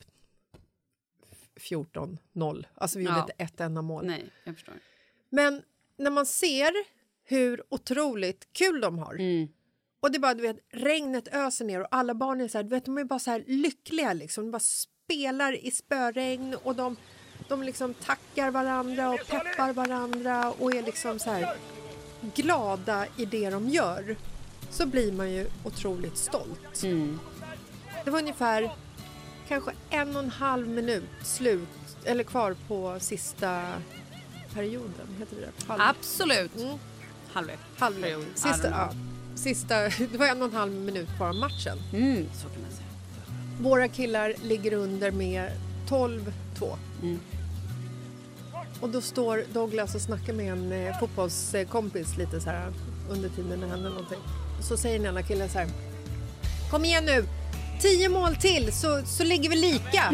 Speaker 6: fjorton noll. Alltså vi gjorde
Speaker 7: Ja.
Speaker 6: inte ett enda mål.
Speaker 7: Nej, jag förstår.
Speaker 6: Men när man ser hur otroligt kul de har.
Speaker 7: Mm.
Speaker 6: Och det är bara, du vet, regnet öser ner och alla barn är så här, du vet, de är bara så här lyckliga liksom. De bara spelar i spöregn och de, de liksom tackar varandra och peppar varandra och är liksom så här glada i det de gör. Så blir man ju otroligt stolt.
Speaker 7: Mm.
Speaker 6: Det var ungefär kanske en och en halv minut slut, eller kvar på sista perioden, heter det? Halv...
Speaker 7: Absolut.
Speaker 6: Mm.
Speaker 7: Halvlek.
Speaker 6: Halvlek.
Speaker 7: Period.
Speaker 6: Sista,
Speaker 7: I don't
Speaker 6: ja,
Speaker 7: know.
Speaker 6: sista, det var en och en halv minut kvar av matchen.
Speaker 7: Mm, så kan man säga.
Speaker 6: Våra killar ligger under med tolv två.
Speaker 7: Mm.
Speaker 6: Och då står Douglas och snackar med en eh, fotbollskompis lite så här under tiden det händer någonting. Så säger den ena killen så här: kom igen nu, tio mål till så, så ligger vi lika.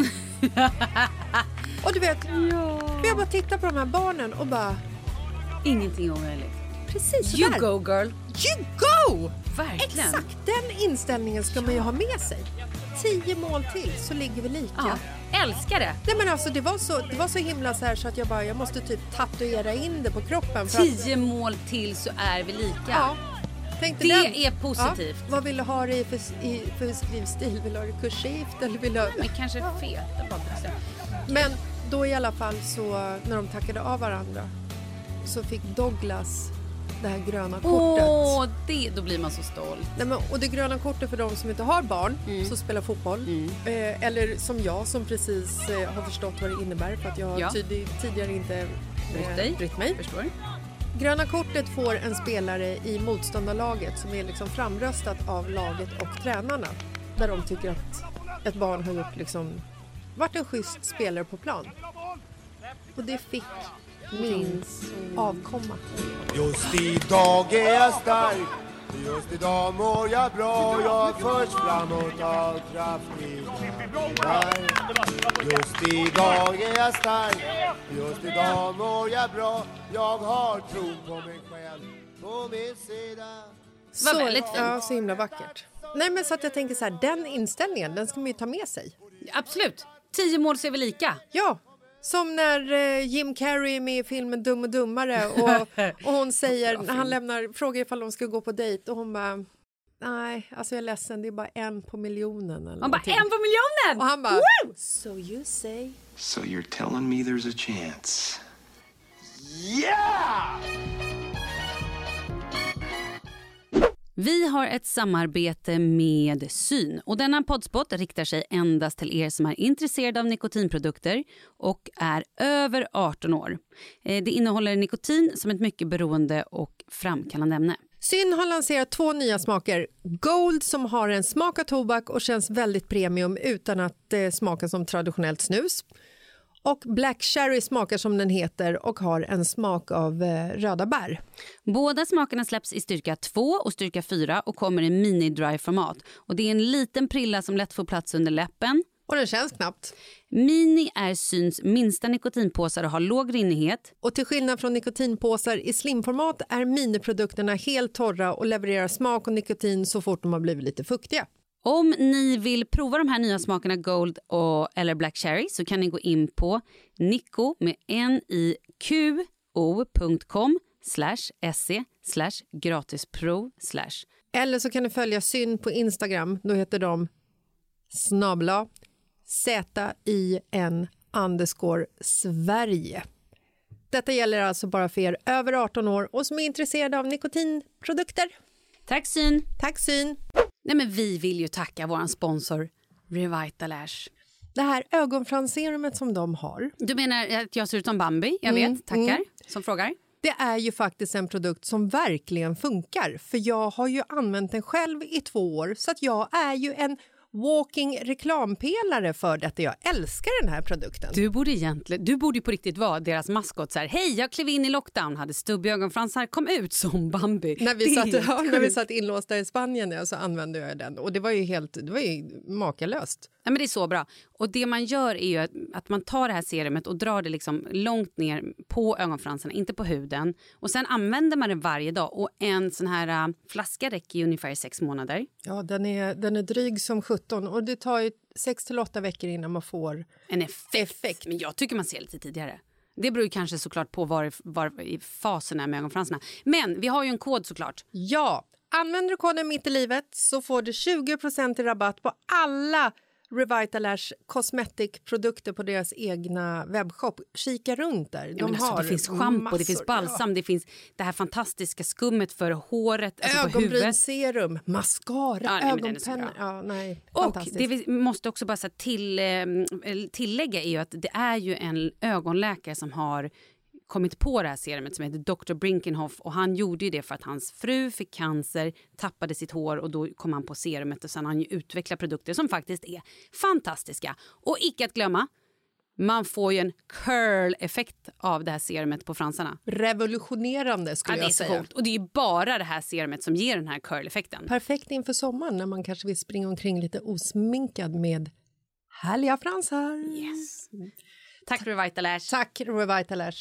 Speaker 6: Och du vet,
Speaker 7: ja.
Speaker 6: jag bara tittar på de här barnen och bara...
Speaker 7: Ingenting omöjligt.
Speaker 6: Precis
Speaker 7: You
Speaker 6: där.
Speaker 7: go girl.
Speaker 6: You go!
Speaker 7: Verkligen.
Speaker 6: Exakt, den inställningen ska man ju ha med sig. Tio mål till så ligger vi lika.
Speaker 7: Ja, älskar det.
Speaker 6: Nej men alltså det var så, det var så himla så här så att jag bara, jag måste typ tatuera in det på kroppen. För
Speaker 7: Tio
Speaker 6: att,
Speaker 7: mål till så är vi lika.
Speaker 6: ja, tänkte
Speaker 7: Det
Speaker 6: den.
Speaker 7: är positivt.
Speaker 6: Ja, vad vill du ha det i för, i för skrivstil? Vill du ha det kursivt eller vill du ha...
Speaker 7: Men kanske feta bakelse.
Speaker 6: Men då i alla fall så, när de tackade av varandra så fick Douglas det här gröna kortet.
Speaker 7: Åh, det, då blir man så stolt.
Speaker 6: Nej, men, och det gröna kortet för de som inte har barn
Speaker 7: Mm.
Speaker 6: som spelar fotboll.
Speaker 7: Mm.
Speaker 6: Eh, eller som jag som precis eh, har förstått vad det innebär för att jag har
Speaker 7: Ja.
Speaker 6: tid, tidigare inte eh,
Speaker 7: Brytt dig.
Speaker 6: brytt mig.
Speaker 7: Förstår.
Speaker 6: Gröna kortet får en spelare i motståndarlaget som är liksom framröstat av laget och tränarna. Där de tycker att ett barn har gjort liksom, varit en schysst spelare på plan. Och det fick min avkomma.
Speaker 15: Just idag är jag stark, just idag mår jag bra, jag förs framåt av kraftiga. Just idag är jag stark, just idag mår jag bra, jag har tro på mig själv, på min sida.
Speaker 7: Det var väldigt fint.
Speaker 6: Ja, så himla vackert. Nej men så att jag tänker så här, den inställningen, den ska man ju ta med sig.
Speaker 7: Absolut. Tio mål ser vi lika.
Speaker 6: Ja, som när eh, Jim Carrey är med i filmen Dum och dummare och, och hon säger, när han lämnar, frågar ifall de ska gå på dejt och hon bara, Nej, alltså jag är ledsen. Det är bara en på miljonen. Eller
Speaker 5: Man bara,
Speaker 6: någonting.
Speaker 5: en på miljonen!
Speaker 6: Och han bara,
Speaker 5: Woo!
Speaker 6: so you say?
Speaker 16: So you're telling me there's a chance?
Speaker 8: Yeah!
Speaker 5: Vi har ett samarbete med Syn och denna poddspot riktar sig endast till er som är intresserade av nikotinprodukter och är över arton år. Det innehåller nikotin som ett mycket beroende och framkallande ämne.
Speaker 6: Syn har lanserat två nya smaker. Gold som har en smak av tobak och känns väldigt premium utan att eh, smaka som traditionellt snus. Och Black Cherry smakar som den heter och har en smak av eh, röda bär.
Speaker 5: Båda smakerna släpps i styrka två och styrka fyra och kommer i mini-dry-format. Och det är en liten prilla som lätt får plats under läppen.
Speaker 6: Och den känns knappt.
Speaker 5: Mini är Syns minsta nikotinpåsar och har låg rinnighet.
Speaker 6: Och till skillnad från nikotinpåsar i slimformat är miniprodukterna helt torra och levererar smak och nikotin så fort de har blivit lite fuktiga.
Speaker 5: Om ni vill prova de här nya smakerna Gold och, eller Black Cherry så kan ni gå in på nico med niko.com slash se slash gratisprov slash.
Speaker 6: Eller så kan ni följa Syn på Instagram. Då heter de snabla Z-I-N underscore Sverige. Detta gäller alltså bara för er över arton år och som är intresserade av nikotinprodukter.
Speaker 5: Tack Syn.
Speaker 6: Tack Syn.
Speaker 5: Nej, men vi vill ju tacka vår sponsor Revitalash.
Speaker 6: Det här ögonfransserumet som de har.
Speaker 5: Du menar att jag ser ut som Bambi? Jag
Speaker 6: Mm,
Speaker 5: vet, tackar.
Speaker 6: mm.
Speaker 5: Som frågar.
Speaker 6: Det är ju faktiskt en produkt som verkligen funkar. För jag har ju använt den själv i två år. Så att jag är ju en walking reklampelare för detta. Jag älskar den här produkten.
Speaker 5: Du borde egentligen, du borde ju på riktigt vara deras maskot så här. Hej, jag klev in i lockdown, hade stubbiga ögonfransar, kom ut som Bambi.
Speaker 6: När vi,
Speaker 5: Det
Speaker 6: satt,
Speaker 5: är
Speaker 6: ja, när vi
Speaker 5: sjukt.
Speaker 6: satt inlåsta i Spanien ja, så använde jag den. Och det var ju helt, det var ju makalöst.
Speaker 5: Ja, men det är så bra. Och det man gör är ju att, att man tar det här serumet och drar det liksom långt ner på ögonfransarna, inte på huden. Och sen använder man det varje dag. Och en sån här uh, flaska räcker i ungefär sex månader.
Speaker 6: Ja, den är, den är dryg som sjutton. Och det tar ju sex till åtta veckor innan man får
Speaker 5: en effekt. effekt. Men jag tycker man ser lite tidigare. Det beror ju kanske såklart på var, var i fasen är med ögonfransarna. Men vi har ju en kod såklart.
Speaker 6: Ja, använder du koden mitt i livet så får du tjugo procent i rabatt på alla Revitalash Cosmetic-produkter på deras egna webbshop. Kika runt där. De
Speaker 5: ja, men alltså,
Speaker 6: har
Speaker 5: det finns shampoo,
Speaker 6: massor.
Speaker 5: det finns balsam, ja. Det finns det här fantastiska skummet för håret, alltså
Speaker 6: ögonbrynsserum, mascara,
Speaker 5: ja, nej,
Speaker 6: ögonpennor. Ja, nej,
Speaker 5: och det vi måste också bara så till, tillägga är ju att det är ju en ögonläkare som har kommit på det här serumet som heter doktor Brinkenhoff och han gjorde ju det för att hans fru fick cancer, tappade sitt hår och då kom han på serumet och sen har han ju utvecklat produkter som faktiskt är fantastiska. Och icke att glömma, man får ju en curl-effekt av det här serumet på fransarna.
Speaker 6: Revolutionerande skulle
Speaker 5: ja,
Speaker 6: jag säga.
Speaker 5: Det är så coolt. Och det är ju bara det här serumet som ger den här curl-effekten.
Speaker 6: Perfekt inför sommaren när man kanske vill springa omkring lite osminkad med härliga fransar.
Speaker 5: Yes. Tack Revitalash.
Speaker 6: Tack Revitalash.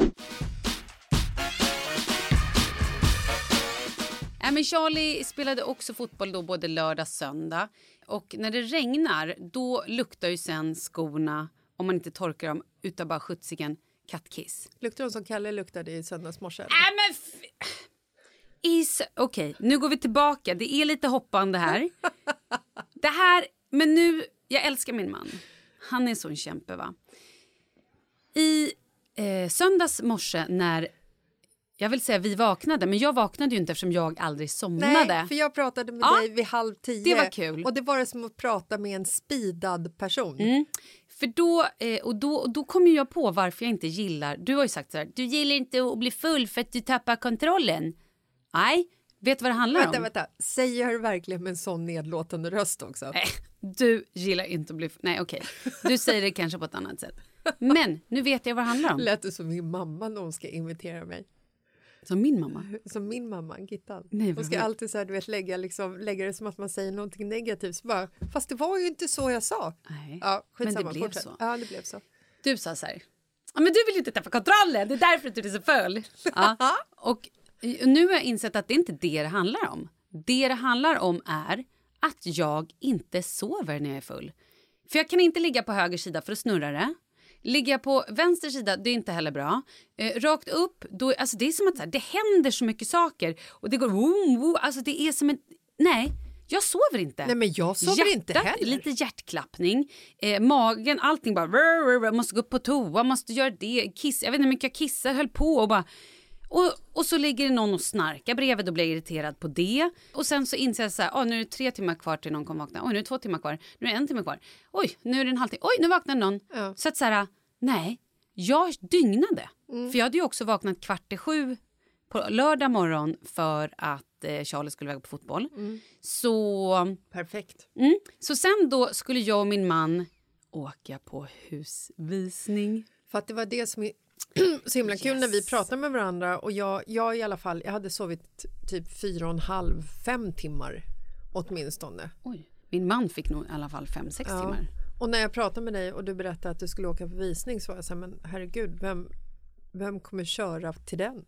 Speaker 5: Äh, men Charlie spelade också fotboll då både lördag och söndag. Och när det regnar då luktar ju sen skorna, om man inte torkar dem, utan bara skjutsigen kattkiss.
Speaker 6: Luktar de som Kalle luktade i söndagsmorse?
Speaker 5: Äh, men f- Is, okej, okay, nu går vi tillbaka. Det är lite hoppande här. Det här, men nu, jag älskar min man. Han är så en kämpe, va? I eh, söndags morse när, jag vill säga vi vaknade, men jag vaknade ju inte eftersom jag aldrig somnade.
Speaker 6: Nej, för jag pratade med
Speaker 5: ja,
Speaker 6: dig vid halv tio.
Speaker 5: Det var kul.
Speaker 6: Och det var det som att prata med en speedad person.
Speaker 5: Mm. För då, eh, och då, och då kom jag på varför jag inte gillar, du har ju sagt så här, du gillar inte att bli full för att du tappar kontrollen. Nej, vet du vad det handlar
Speaker 6: vänta,
Speaker 5: om?
Speaker 6: Vänta, vänta. Säger du verkligen med en sån nedlåtande röst också?
Speaker 5: Nej, du gillar inte att bli full. Nej, okej. Okay. Du säger det kanske på ett annat sätt. Men nu vet jag vad det handlar om.
Speaker 6: Lät det som min mamma när hon ska invitera mig.
Speaker 5: Som min mamma?
Speaker 6: Som min mamma, Gittan.
Speaker 5: Nej,
Speaker 6: hon ska alltid så här, du vet, lägga, liksom, lägga det som att man säger någonting negativt. Så bara, fast det var ju inte så jag sa.
Speaker 5: Nej,
Speaker 6: ja,
Speaker 5: men det
Speaker 6: blev
Speaker 5: fortsätt.
Speaker 6: så. Ja, det blev så.
Speaker 5: Du sa så här, ja, men du vill ju inte tappa kontrollen, det är därför att du är så full. Ja. Och nu har jag insett att det inte är det det handlar om. Det det handlar om är att jag inte sover när jag är full. För jag kan inte ligga på höger sida för att snurra det. Ligga på vänster sida, det är inte heller bra. Eh, rakt upp, då, alltså det är som att så här, det händer så mycket saker. Och det går, woo, woo, alltså det är som en
Speaker 7: nej, jag sover inte.
Speaker 6: Nej, men jag sover
Speaker 7: Hjärtat,
Speaker 6: inte heller.
Speaker 7: Lite hjärtklappning, eh, magen, allting bara, rrr, rrr, rrr, måste gå upp på toa, måste göra det, kiss, jag vet inte hur mycket jag kissar, höll på och bara... Och, och så ligger det någon och snarkar bredvid och blir irriterad på det. Och sen så inser jag så här, oh, nu är det tre timmar kvar till någon kommer vakna. Oj, nu är det två timmar kvar. Nu är det en timme kvar. Oj, nu är det en halvtimme. Oj, nu vaknar någon. Ja. Så att så här, nej, jag dygnade. Mm. För jag hade ju också vaknat kvart i sju på lördag morgon för att eh, Charlie skulle väga på fotboll. Mm. Så...
Speaker 6: Perfekt.
Speaker 7: Mm, så sen då skulle jag och min man åka på husvisning.
Speaker 6: För att det var det som... Så himla kul yes. när vi pratade med varandra och jag, jag i alla fall, jag hade sovit typ fyra och en halv, fem timmar åtminstone.
Speaker 7: Oj, min man fick nog i alla fall fem, sex ja. timmar.
Speaker 6: Och när jag pratade med dig och du berättade att du skulle åka på visning så var jag så här, men herregud, vem, vem kommer köra till den?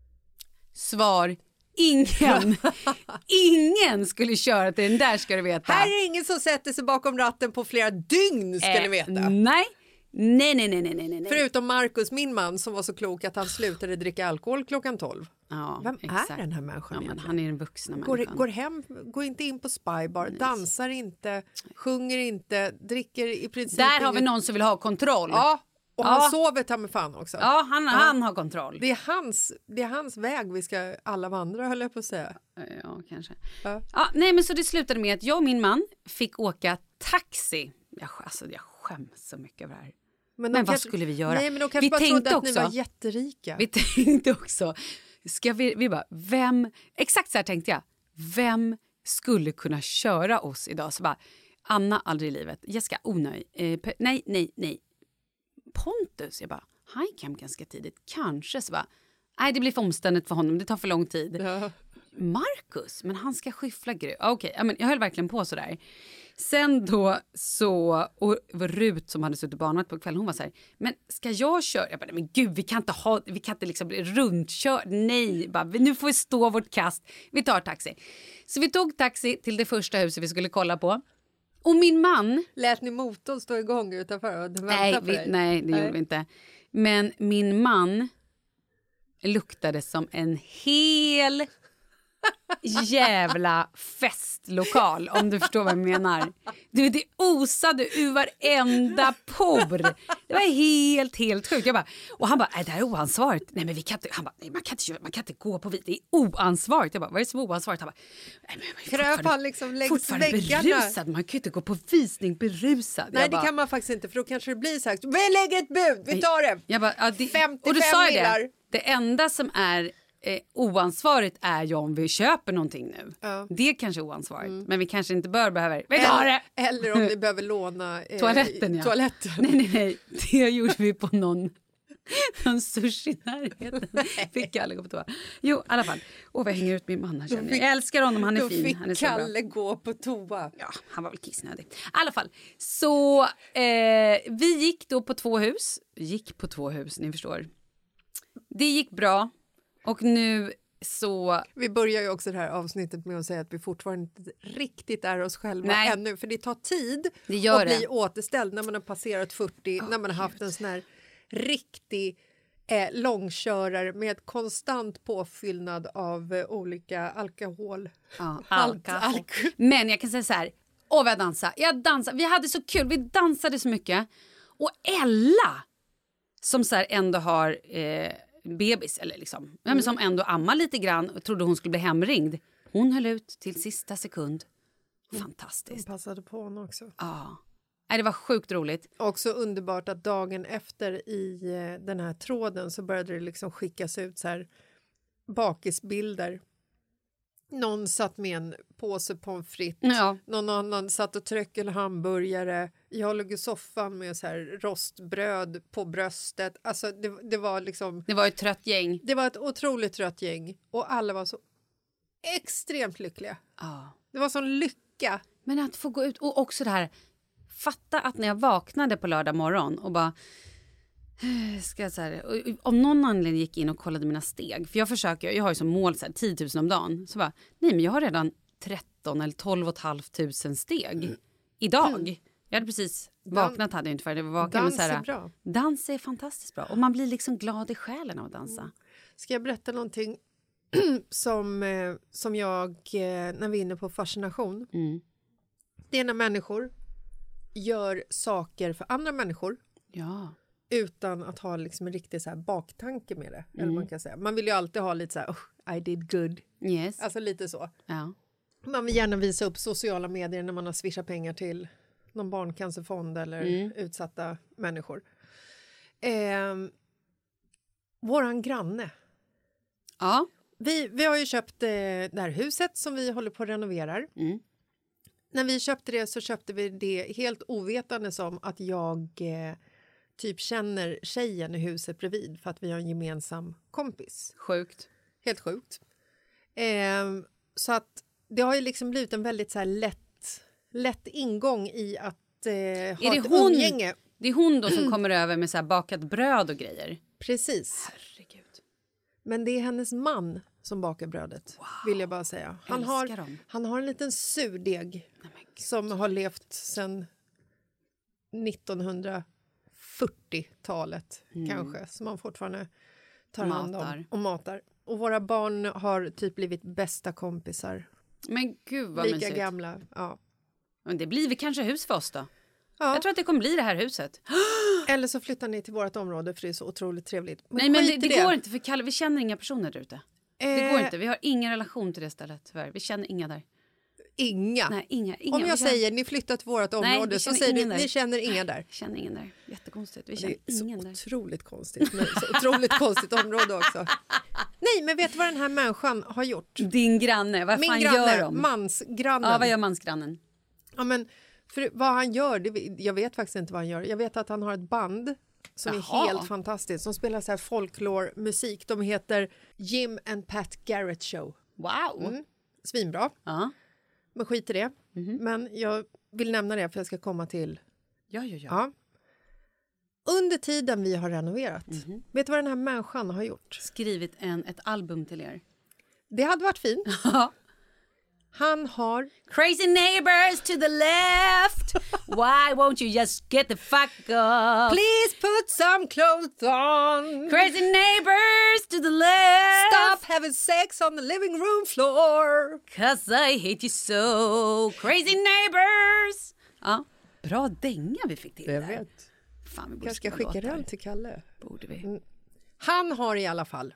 Speaker 7: Svar, ingen. Ingen skulle köra till den där, ska du veta.
Speaker 6: Här är ingen som sätter sig bakom ratten på flera dygn, ska
Speaker 7: eh,
Speaker 6: ni veta.
Speaker 7: Nej. Nej, nej, nej, nej, nej, nej.
Speaker 6: Förutom Marcus, min man, som var så klok att han slutade dricka alkohol klockan tolv.
Speaker 7: Ja,
Speaker 6: Vem
Speaker 7: exakt.
Speaker 6: är den här människan?
Speaker 7: Ja, men han är en vuxna
Speaker 6: går,
Speaker 7: människan.
Speaker 6: Går hem, går inte in på spybar, nej. Dansar inte, sjunger inte, dricker i princip...
Speaker 7: Där
Speaker 6: inget...
Speaker 7: har vi någon som vill ha kontroll.
Speaker 6: Ja, och
Speaker 7: ja.
Speaker 6: han sover ta med fan också.
Speaker 7: Ja, han, ja. han har kontroll.
Speaker 6: Det är, hans, det är hans väg vi ska alla vandra, höll jag på att säga.
Speaker 7: Ja, kanske. Ja. Ja, nej, men så det slutade med att jag och min man fick åka taxi. Jag, alltså, jag skäms så mycket över det här. Men, men vad kanske, skulle vi göra?
Speaker 6: Nej, men de kanske
Speaker 7: vi
Speaker 6: bara
Speaker 7: tänkte
Speaker 6: trodde att
Speaker 7: också,
Speaker 6: ni var jätterika.
Speaker 7: Vi tänkte också, ska vi, vi bara, vem, exakt så här tänkte jag, vem skulle kunna köra oss idag? Så bara, Anna, aldrig i livet. Jessica, onöj. Eh, pe- nej, nej, nej. Pontus, jag bara, han gick hem ganska tidigt. Kanske så bara, nej det blir för omständigt för honom, det tar för lång tid. Ja. Marcus, men han ska skyffla grö. Okej, okay, jag höll verkligen på så där. Sen då så, och Rut som hade suttit banat på kvällen, hon var så här, men ska jag köra? Jag bara, men gud, vi kan inte ha, vi kan inte liksom bli runtkör. Nej, bara, nu får vi stå vårt kast. Vi tar taxi. Så vi tog taxi till det första huset vi skulle kolla på. Och min man...
Speaker 6: Lät ni motorn stå igång utanför och
Speaker 7: nej,
Speaker 6: vänta på
Speaker 7: vi,
Speaker 6: dig?
Speaker 7: Nej, det nej. gjorde vi inte. Men min man luktade som en hel... jävla festlokal, om du förstår vad jag menar. Du, det osade ur varenda por. Det var helt, helt sjukt. Jag bara, och han bara, är det här är oansvarigt? Nej, men vi kan inte, han bara, nej, man kan inte, man kan inte gå på vid. Det är oansvarigt. Jag bara, vad är det som är oansvarigt? Han bara, nej, men
Speaker 6: kröp han liksom längs
Speaker 7: fortfarande
Speaker 6: väggarna.
Speaker 7: Berusad, man kan ju inte gå på visning berusad.
Speaker 6: Nej,
Speaker 7: jag
Speaker 6: det
Speaker 7: bara,
Speaker 6: kan man faktiskt inte, för då kanske det blir så här, vi lägger ett bud, vi tar det.
Speaker 7: Jag bara, ja, det
Speaker 6: femtiofem
Speaker 7: och du sa
Speaker 6: millar.
Speaker 7: det, det enda som är Eh, oansvarigt är ju om vi köper någonting nu. Ja. Det kanske är oansvarigt. Mm. Men vi kanske inte bör behöver. Vi tar det!
Speaker 6: Eller om vi behöver låna eh,
Speaker 7: toaletten. Ja.
Speaker 6: toaletten.
Speaker 7: Nej, nej, nej. Det gjorde vi på någon, någon sushi i närheten. Fick Kalle gå på toa. Jo, i alla fall. Åh, vad jag hänger ut min man här. Fick, jag älskar honom, han är
Speaker 6: då
Speaker 7: fin.
Speaker 6: Fick
Speaker 7: han är
Speaker 6: Kalle gå på toa.
Speaker 7: Ja, han var väl kissnödig. I alla fall. Så eh, vi gick då på två hus. Gick på två hus, ni förstår. Det gick bra. Och nu så...
Speaker 6: Vi börjar ju också det här avsnittet med att säga att vi fortfarande inte riktigt är oss själva
Speaker 7: Nej.
Speaker 6: ännu. För det tar tid
Speaker 7: det gör
Speaker 6: att bli
Speaker 7: det.
Speaker 6: återställd när man har passerat fyrtio. Oh, när man har haft en sån här riktig eh, långkörare med konstant påfyllnad av eh, olika alkohol.
Speaker 7: Ja, alkohol. Alk- Men jag kan säga så här. Åh, vad jag dansade. Jag dansade. Vi hade så kul. Vi dansade så mycket. Och Ella som så här ändå har... Eh, bebis eller liksom, mm. ja, men som ändå ammar lite grann och trodde hon skulle bli hemringd. Hon höll ut till sista sekund. Fantastiskt.
Speaker 6: Hon passade på honom också.
Speaker 7: Ja. Nej, det var sjukt roligt.
Speaker 6: Också underbart att dagen efter i den här tråden så började det liksom skickas ut så här bakisbilder. Någon satt med en påse pommes frites.
Speaker 7: Ja.
Speaker 6: Någon annan satt och tryckte en hamburgare. Jag låg i soffan med så här rostbröd på bröstet. Alltså det, det var liksom...
Speaker 7: Det var ett trött gäng.
Speaker 6: Det var ett otroligt trött gäng. Och alla var så extremt lyckliga.
Speaker 7: Ja.
Speaker 6: Det var sån lycka.
Speaker 7: Men att få gå ut och också det här... Fatta att när jag vaknade på lördag morgon och bara... Ska jag så här, om någon anledning gick in och kollade mina steg. För jag försöker, jag har ju som mål så här, tio tusen om dagen. Så bara, nej men jag har redan tretton eller tolv och ett halvt tusen steg. Mm. Idag. Mm. Jag hade precis vaknat, hade jag inte för det var vaken.
Speaker 6: Dans
Speaker 7: så här,
Speaker 6: är bra.
Speaker 7: Dans är fantastiskt bra. Och man blir liksom glad i själen av att dansa. Mm.
Speaker 6: Ska jag berätta någonting som, eh, som jag, eh, när vi är inne på fascination, mm. det är när människor gör saker för andra människor.
Speaker 7: Ja.
Speaker 6: Utan att ha liksom en riktig så här baktanke med det. Mm. Eller man kan säga. Man vill ju alltid ha lite så här, oh, I did good.
Speaker 7: Yes.
Speaker 6: Alltså lite så.
Speaker 7: Ja.
Speaker 6: Man vill gärna visa upp sociala medier när man har swishat pengar till någon barncancerfond eller mm. utsatta människor. Eh, våran granne.
Speaker 7: Ja.
Speaker 6: Vi, vi har ju köpt eh, det här huset som vi håller på att renoverar.
Speaker 7: Mm.
Speaker 6: När vi köpte det så köpte vi det helt ovetande som att jag eh, typ känner tjejen i huset bredvid för att vi har en gemensam kompis.
Speaker 7: Sjukt.
Speaker 6: Helt sjukt. Eh, så att det har ju liksom blivit en väldigt så här lätt, lätt ingång i att eh, ha
Speaker 7: är det
Speaker 6: ett
Speaker 7: hon,
Speaker 6: umgänge.
Speaker 7: Det är hon då som kommer över med så här bakat bröd och grejer?
Speaker 6: Precis.
Speaker 7: Herregud.
Speaker 6: Men det är hennes man som bakar brödet, wow. vill jag bara säga. Han har, han har en liten surdeg som har levt sedan nittonhundrafyrtiotalet mm. kanske. Som man fortfarande tar matar. hand om och matar. Och våra barn har typ blivit bästa kompisar.
Speaker 7: Men gud vad
Speaker 6: Lika
Speaker 7: mysigt.
Speaker 6: gamla, ja.
Speaker 7: Men det blir vi kanske hus för oss då.
Speaker 6: Ja.
Speaker 7: Jag tror att det kommer bli det här huset.
Speaker 6: Eller så flyttar ni till vårt område för det är så otroligt trevligt.
Speaker 7: Men Nej men det, det, det går inte för Kalle, vi känner inga personer där ute. Eh. Det går inte, vi har ingen relation till det stället tyvärr. Vi känner inga där.
Speaker 6: Inga?
Speaker 7: Nej, inga, inga.
Speaker 6: Om jag
Speaker 7: känner...
Speaker 6: säger ni flyttar till vårt område Nej, så säger du
Speaker 7: där.
Speaker 6: Ni känner inga där.
Speaker 7: Vi känner ingen där. Jättekonstigt. Vi känner
Speaker 6: det är
Speaker 7: ingen
Speaker 6: så
Speaker 7: där.
Speaker 6: Otroligt konstigt. Men så otroligt konstigt område också. Nej, men vet du vad den här människan har gjort?
Speaker 7: Din granne, vad
Speaker 6: Min
Speaker 7: fan
Speaker 6: granne,
Speaker 7: gör de?
Speaker 6: mansgrannen.
Speaker 7: Ja, vad gör mansgrannen?
Speaker 6: Ja, men för vad han gör, det, jag vet faktiskt inte vad han gör. Jag vet att han har ett band som Jaha. är helt fantastiskt. Som spelar så här folklore-musik. De heter Jim and Pat Garrett Show.
Speaker 7: Wow!
Speaker 6: Mm. Svinbra.
Speaker 7: Ja.
Speaker 6: Men skit i det. Mm-hmm. Men jag vill nämna det för jag ska komma till...
Speaker 7: Ja, ja, ja.
Speaker 6: ja. Under tiden vi har renoverat. Mm-hmm. Vet du vad den här människan har gjort?
Speaker 7: Skrivit en, ett album till er.
Speaker 6: Det hade varit fint. Han har...
Speaker 7: Crazy neighbors to the left. Why won't you just get the fuck up?
Speaker 6: Please put some clothes on.
Speaker 7: Crazy neighbors to the left.
Speaker 6: Stop having sex on the living room floor.
Speaker 7: Cause I hate you so. Crazy neighbors. Ja, bra dänga vi fick till
Speaker 6: jag
Speaker 7: där.
Speaker 6: Vet.
Speaker 7: Fan, vi borde
Speaker 6: jag ska skicka den till Kalle.
Speaker 7: Borde vi.
Speaker 6: Mm. Han har i alla fall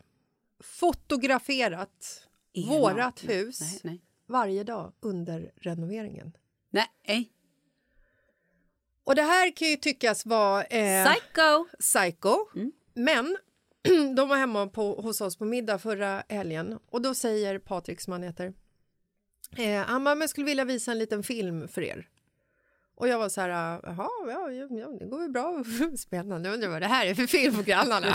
Speaker 6: fotograferat Ena. vårat hus.
Speaker 7: Nej, nej.
Speaker 6: Varje dag under renoveringen.
Speaker 7: Nej.
Speaker 6: Och det här kan ju tyckas vara... Eh,
Speaker 7: psycho.
Speaker 6: Psycho.
Speaker 7: Mm.
Speaker 6: Men de var hemma på, hos oss på middag förra helgen. Och då säger Patrik, som han heter. Eh, han bara, men skulle vilja visa en liten film för er. Och jag var så här, jaha, ja, ja, det går väl bra. Spännande, undrar vad det här är för film för grannarna.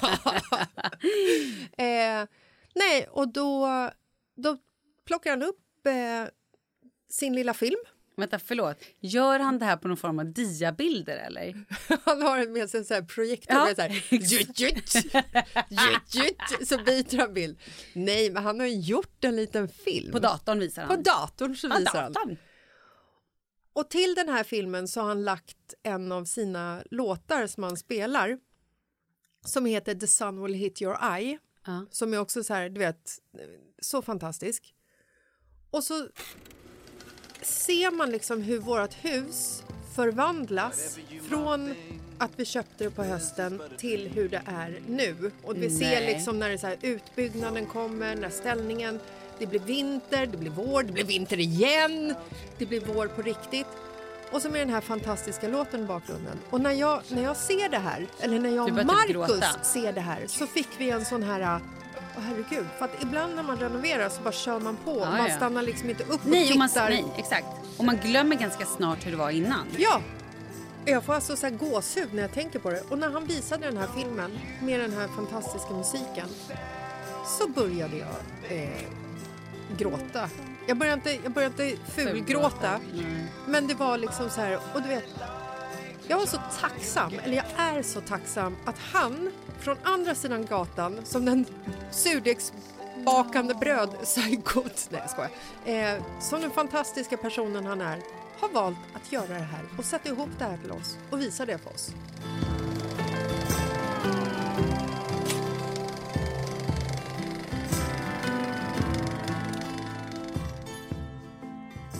Speaker 6: eh, nej, och då, då plockar han upp eh, sin lilla film.
Speaker 7: Vänta, förlåt. Gör han det här på någon form av diabilder, eller?
Speaker 6: Han har med sig en sån här projektor ja. med så här, jut, jut, jut, jut, så byter han bild. Nej, men han har ju gjort en liten film.
Speaker 7: På datorn visar han.
Speaker 6: På datorn så visar
Speaker 7: ja, datorn.
Speaker 6: han. Och till den här filmen så har han lagt en av sina låtar som han spelar. Som heter The Sun Will Hit Your Eye.
Speaker 7: Ja.
Speaker 6: Som är också så här, du vet, så fantastisk. Och så ser man liksom hur vårt hus förvandlas från att vi köpte det på hösten till hur det är nu. Och vi Nej. ser liksom när det så här, utbyggnaden kommer, när ställningen, det blir vinter, det blir vår, det blir vinter igen, det blir vår på riktigt. Och så med den här fantastiska låten i bakgrunden. Och när jag, när jag ser det här, eller när jag och Marcus ser det här, så fick vi en sån här... Åh oh, herregud, för att ibland när man renoverar så bara kör man på.
Speaker 7: Ja,
Speaker 6: man
Speaker 7: ja.
Speaker 6: stannar liksom inte upp och
Speaker 7: nej,
Speaker 6: tittar.
Speaker 7: Man, nej, exakt. Och man glömmer ganska snart hur det var innan.
Speaker 6: Ja, jag får alltså så här gåshud när jag tänker på det. Och när han visade den här filmen med den här fantastiska musiken så började jag eh, gråta. Jag började inte, jag började inte fulgråta. Mm. Men det var liksom så här, och du vet... Jag var så tacksam, eller jag är så tacksam att han från andra sidan gatan, som den surdegsbakande bröd-psykot, nej jag skojar, eh, som den fantastiska personen han är, har valt att göra det här och sätta ihop det här till oss och visa det för oss.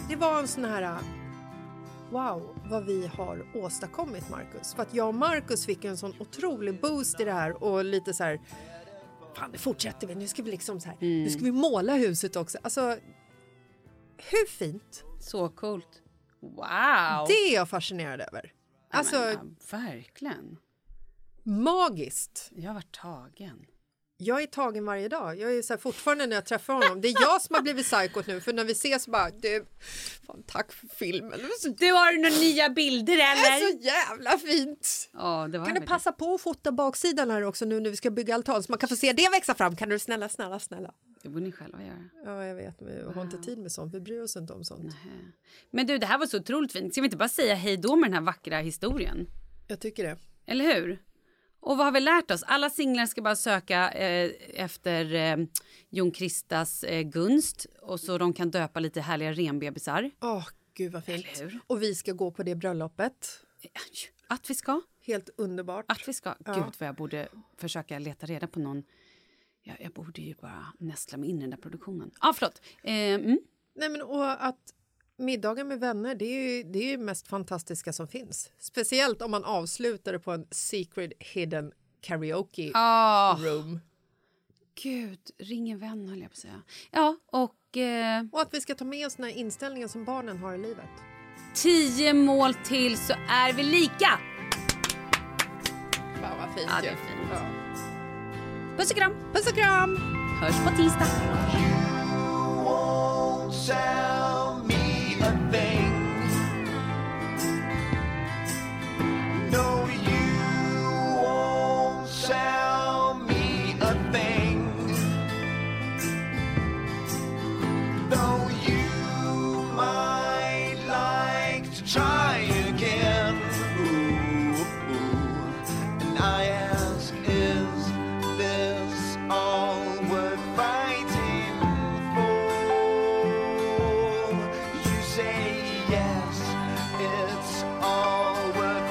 Speaker 6: Det var en sån här... Wow, vad vi har åstadkommit, Marcus. För att jag och Marcus fick en sån otrolig boost i det här. Och lite så här... Fan, nu fortsätter vi. Nu ska vi liksom så här... Mm. Nu ska vi måla huset också. Alltså, hur fint?
Speaker 7: Så coolt. Wow!
Speaker 6: Det är jag fascinerad över. Alltså...
Speaker 7: Ja, men, ja, verkligen.
Speaker 6: Magiskt.
Speaker 7: Jag har varit tagen.
Speaker 6: Jag är tagen varje dag. Jag är så här, fortfarande när jag träffar honom. Det är jag som har blivit psykot nu. För när vi ses bara, du, fan, tack för filmen.
Speaker 7: Du har några nya bilder eller?
Speaker 6: Det är så jävla fint.
Speaker 7: Ja, det var
Speaker 6: kan du passa på att fota baksidan här också nu när vi ska bygga altan så man kan få se det växa fram. Kan du snälla, snälla, snälla.
Speaker 7: Det borde ni själva göra.
Speaker 6: Ja, jag vet. Men vi har wow. inte tid med sånt. Vi bryr oss inte om sånt.
Speaker 7: Nähe. Men du, det här var så otroligt fint. Ska vi inte bara säga hej då med den här vackra historien?
Speaker 6: Jag tycker det.
Speaker 7: Eller hur? Och vad har vi lärt oss? Alla singlar ska bara söka eh, efter eh, Jon Kristas eh, gunst. Och så de kan döpa lite härliga renbebisar.
Speaker 6: Åh, oh, gud vad fint. Och vi ska gå på det bröllopet.
Speaker 7: Att vi ska.
Speaker 6: Helt underbart.
Speaker 7: Att vi ska. Ja. Gud vad jag borde försöka leta reda på någon. Ja, jag borde ju bara nästla mig in i den där produktionen. Ja, ah, förlåt. Eh, mm.
Speaker 6: Nej, men och att... Middagen med vänner, det är ju det är ju mest fantastiska som finns. Speciellt om man avslutar det på en secret hidden karaoke oh. room.
Speaker 7: Gud, ring en vän höll jag på att säga. Ja, och... Eh...
Speaker 6: Och att vi ska ta med oss den här inställningen som barnen har i livet.
Speaker 7: Tio mål till så är vi lika!
Speaker 6: Fan vad fint.
Speaker 7: Ja, det är fint. Ja. Puss och kram!
Speaker 6: Puss och kram!
Speaker 7: Hörs på tisdag.
Speaker 15: No, you won't sell me a thing. Though you might like to try again. Ooh, ooh. And I ask, is this all worth fighting for? You say yes, it's all worth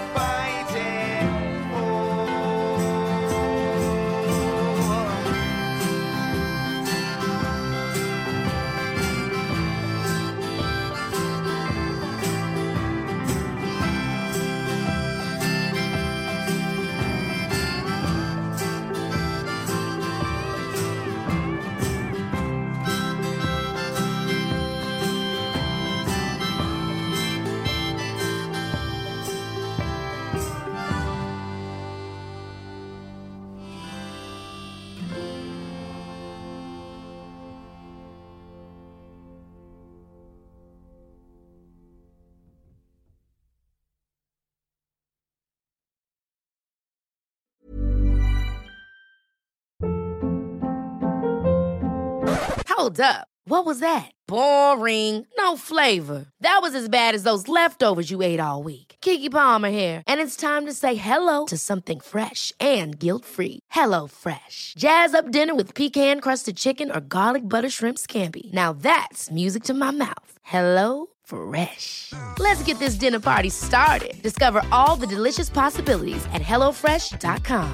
Speaker 1: Hold up. What was that? Boring. No flavor. That was as bad as those leftovers you ate all week. Keke Palmer here, and it's time to say hello to something fresh and guilt-free. Hello Fresh. Jazz up dinner with pecan-crusted chicken or garlic butter shrimp scampi. Now that's music to my mouth. Hello Fresh. Let's get this dinner party started. Discover all the delicious possibilities at hello fresh dot com.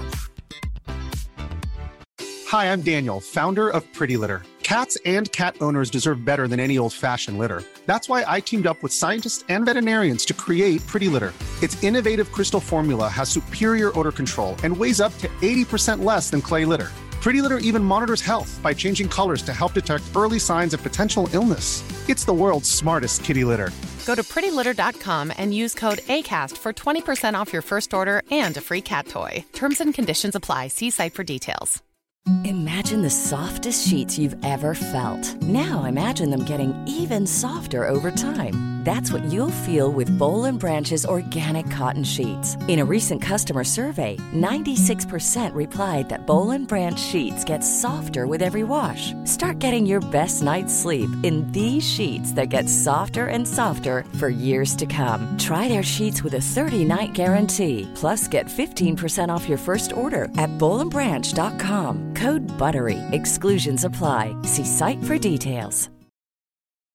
Speaker 12: Hi, I'm Daniel, founder of Pretty Litter. Cats and cat owners deserve better than any old-fashioned litter. That's why I teamed up with scientists and veterinarians to create Pretty Litter. Its innovative crystal formula has superior odor control and weighs up to eighty percent less than clay litter. Pretty Litter even monitors health by changing colors to help detect early signs of potential illness. It's the world's smartest kitty litter.
Speaker 13: Go to pretty litter dot com and use code ACAST for twenty percent off your first order and a free cat toy. Terms and conditions apply. See site for details.
Speaker 17: Imagine the softest sheets you've ever felt. Now imagine them getting even softer over time. That's what you'll feel with Boll and Branch's organic cotton sheets. In a recent customer survey, ninety-six percent replied that Boll and Branch sheets get softer with every wash. Start getting your best night's sleep in these sheets that get softer and softer for years to come. Try their sheets with a thirty-night guarantee. Plus, get fifteen percent off your first order at boll and branch dot com. Code BUTTERY. Exclusions apply. See site for details.